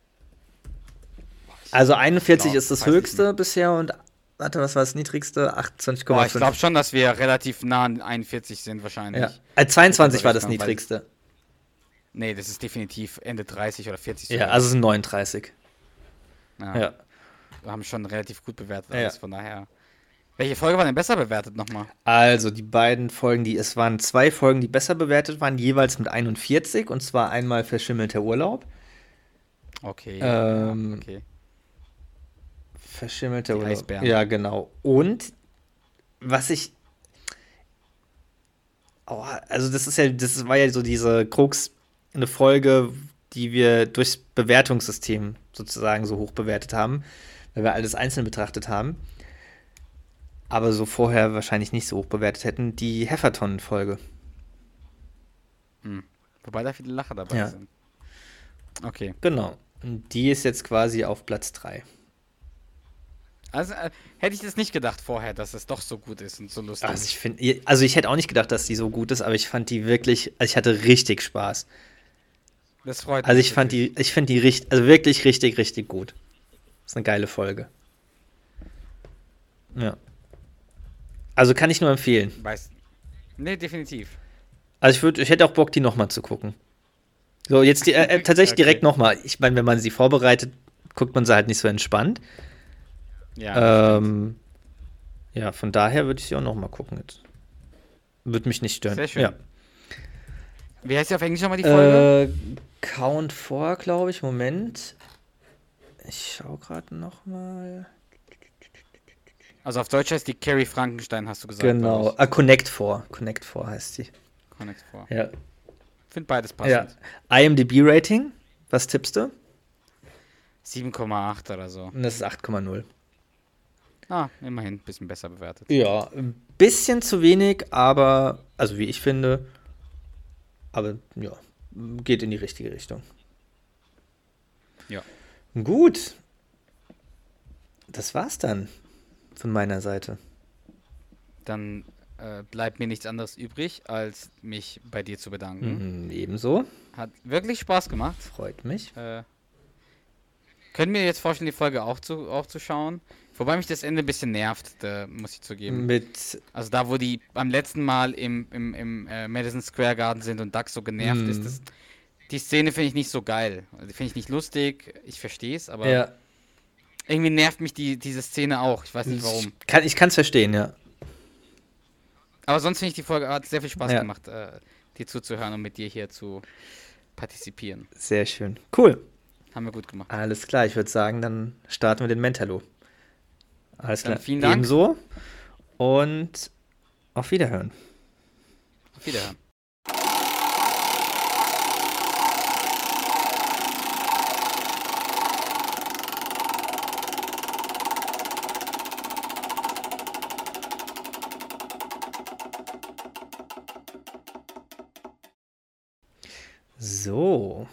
Also einundvierzig Ja, ist das weiß ich höchste bisher und warte, was war das niedrigste? achtundzwanzig Komma Boah, fünf. ich glaube schon, dass wir relativ nah an einundvierzig sind wahrscheinlich. Ja. Äh, zweiundzwanzig war das Rechnung, weil- niedrigste. Nee, das ist definitiv Ende dreißig oder vierzig. Ja, sogar. also es sind neununddreißig. ja. Ja. Wir haben schon relativ gut bewertet Ja. alles, von daher. Welche Folge war denn besser bewertet nochmal? Also die beiden Folgen, die es waren zwei Folgen, die besser bewertet waren, jeweils mit einundvierzig und zwar einmal Verschimmelter Urlaub. Okay. Ähm, ja, okay. Verschimmelter Die Urlaub. Eisbären. Ja, genau. Und was ich. Oh, also, das ist ja, das war ja so diese Krux, eine Folge, die wir durchs Bewertungssystem sozusagen so hoch bewertet haben, weil wir alles einzeln betrachtet haben. Aber so vorher wahrscheinlich nicht so hoch bewertet hätten, die Heffertonnen-Folge. Hm. Wobei da viele Lacher dabei Ja. sind. Okay. Genau. Und die ist jetzt quasi auf Platz drei. Also äh, hätte ich das nicht gedacht vorher, dass es doch so gut ist und so lustig. Also ich finde, also ich hätte auch nicht gedacht, dass die so gut ist, aber ich fand die wirklich, also ich hatte richtig Spaß. Das freut mich. Also ich fand wirklich. die, ich finde die richtig, also wirklich richtig, richtig gut. Das ist eine geile Folge. Ja. Also kann ich nur empfehlen. Weiß. Nee, definitiv. Also ich würde, ich hätte auch Bock, die nochmal zu gucken. So, jetzt die, äh, äh, tatsächlich Okay. direkt nochmal. Ich meine, wenn man sie vorbereitet, guckt man sie halt nicht so entspannt. Ja, Ähm, ja, von daher würde ich sie auch nochmal gucken jetzt. Würde mich nicht stören. Sehr schön. Ja. wie heißt die auf Englisch nochmal die Folge? Äh, Count four, glaube ich. Moment. Ich schau gerade nochmal. Also auf Deutsch heißt die Carrie Frankenstein, hast du gesagt. Genau. glaub Ah, Connect four. Connect four heißt sie. ich. Connect vor. Ja. Find beides ja. passend. IMDb-Rating. Was tippst du? sieben Komma acht oder so. Und das ist acht Komma null. Ah, immerhin, ein bisschen besser bewertet. Ja, ein bisschen zu wenig, aber, also wie ich finde, aber ja, geht in die richtige Richtung. Ja. Gut. Das war's dann von meiner Seite. Dann äh, bleibt mir nichts anderes übrig, als mich bei dir zu bedanken. Mhm, ebenso. Hat wirklich Spaß gemacht. Freut mich. Äh, können wir jetzt vorstellen, die Folge auch zu, auch zu schauen? Wobei mich das Ende ein bisschen nervt, da muss ich zugeben. Mit, Also da, wo die beim letzten Mal im, im, im äh, Madison Square Garden sind und Doug so genervt Mm. ist, das, die Szene finde ich nicht so geil. Also, die finde ich nicht lustig, ich verstehe es, aber ja, irgendwie nervt mich die, diese Szene auch. Ich weiß nicht warum. ich kann ich kann's verstehen, ja. Aber sonst finde ich die Folge hat sehr viel Spaß Ja. gemacht, äh, dir zuzuhören und mit dir hier zu partizipieren. Sehr schön. Cool. Haben wir gut gemacht. Alles klar, ich würde sagen, dann starten wir den Mentalo. Alles Dann klar. vielen Dank. Ebenso. Und auf Wiederhören. Auf Wiederhören. So.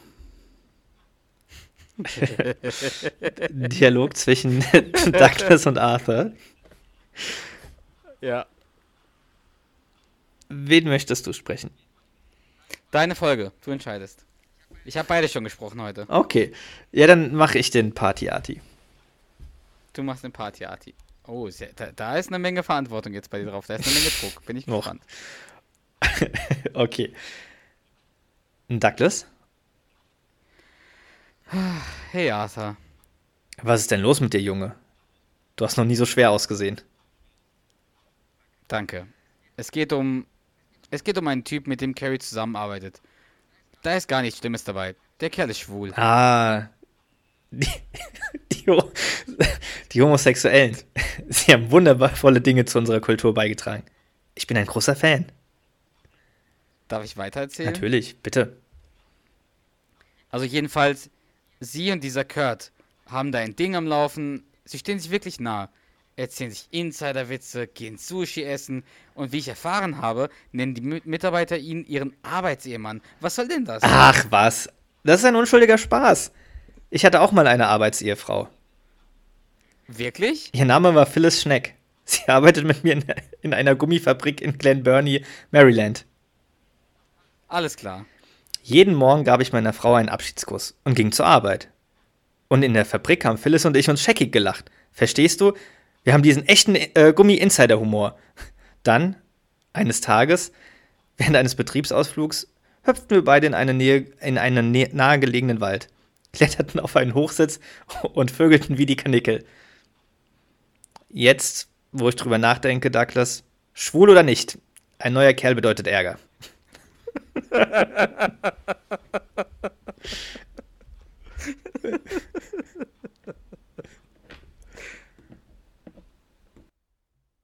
Dialog zwischen Douglas und Arthur. Ja. Wen möchtest du sprechen? Deine Folge, du entscheidest. Ich habe beide schon gesprochen heute. Okay. Ja, dann mache ich den Party-Arti. Du machst eine Party-Arti. Oh, sehr, da, da ist eine Menge Verantwortung jetzt bei dir drauf. Da ist eine Menge Druck. Bin ich Och. gespannt. Okay. Douglas? Hey Arthur. Was ist denn los mit dir, Junge? Du hast noch nie so schwer ausgesehen. Danke. Es geht um. Es geht um einen Typ, mit dem Carrie zusammenarbeitet. Da ist gar nichts Schlimmes dabei. Der Kerl ist schwul. Ah. Die, die, Ho- die Homosexuellen. Sie haben wundervolle Dinge zu unserer Kultur beigetragen. Ich bin ein großer Fan. Darf ich weitererzählen? Natürlich, bitte. Also jedenfalls, sie und dieser Kurt haben da ein Ding am Laufen. Sie stehen sich wirklich nah. Erzählen sich Insiderwitze, gehen Sushi essen. Und wie ich erfahren habe, nennen die Mi- Mitarbeiter ihn ihren Arbeitsehemann. Was soll denn das? Ach was, das ist ein unschuldiger Spaß. Ich hatte auch mal eine Arbeitsehefrau. Wirklich? Ihr Name war Phyllis Schneck. Sie arbeitet mit mir in, in einer Gummifabrik in Glen Burnie, Maryland. Alles klar. Jeden Morgen gab ich meiner Frau einen Abschiedskuss und ging zur Arbeit. Und in der Fabrik haben Phyllis und ich uns scheckig gelacht. Verstehst du? Wir haben diesen echten äh, Gummi-Insider-Humor. Dann, eines Tages, während eines Betriebsausflugs, hüpften wir beide in, eine Nähe, in einen nä- nahegelegenen Wald, kletterten auf einen Hochsitz und vögelten wie die Kanickel. Jetzt, wo ich drüber nachdenke, Douglas, schwul oder nicht, ein neuer Kerl bedeutet Ärger.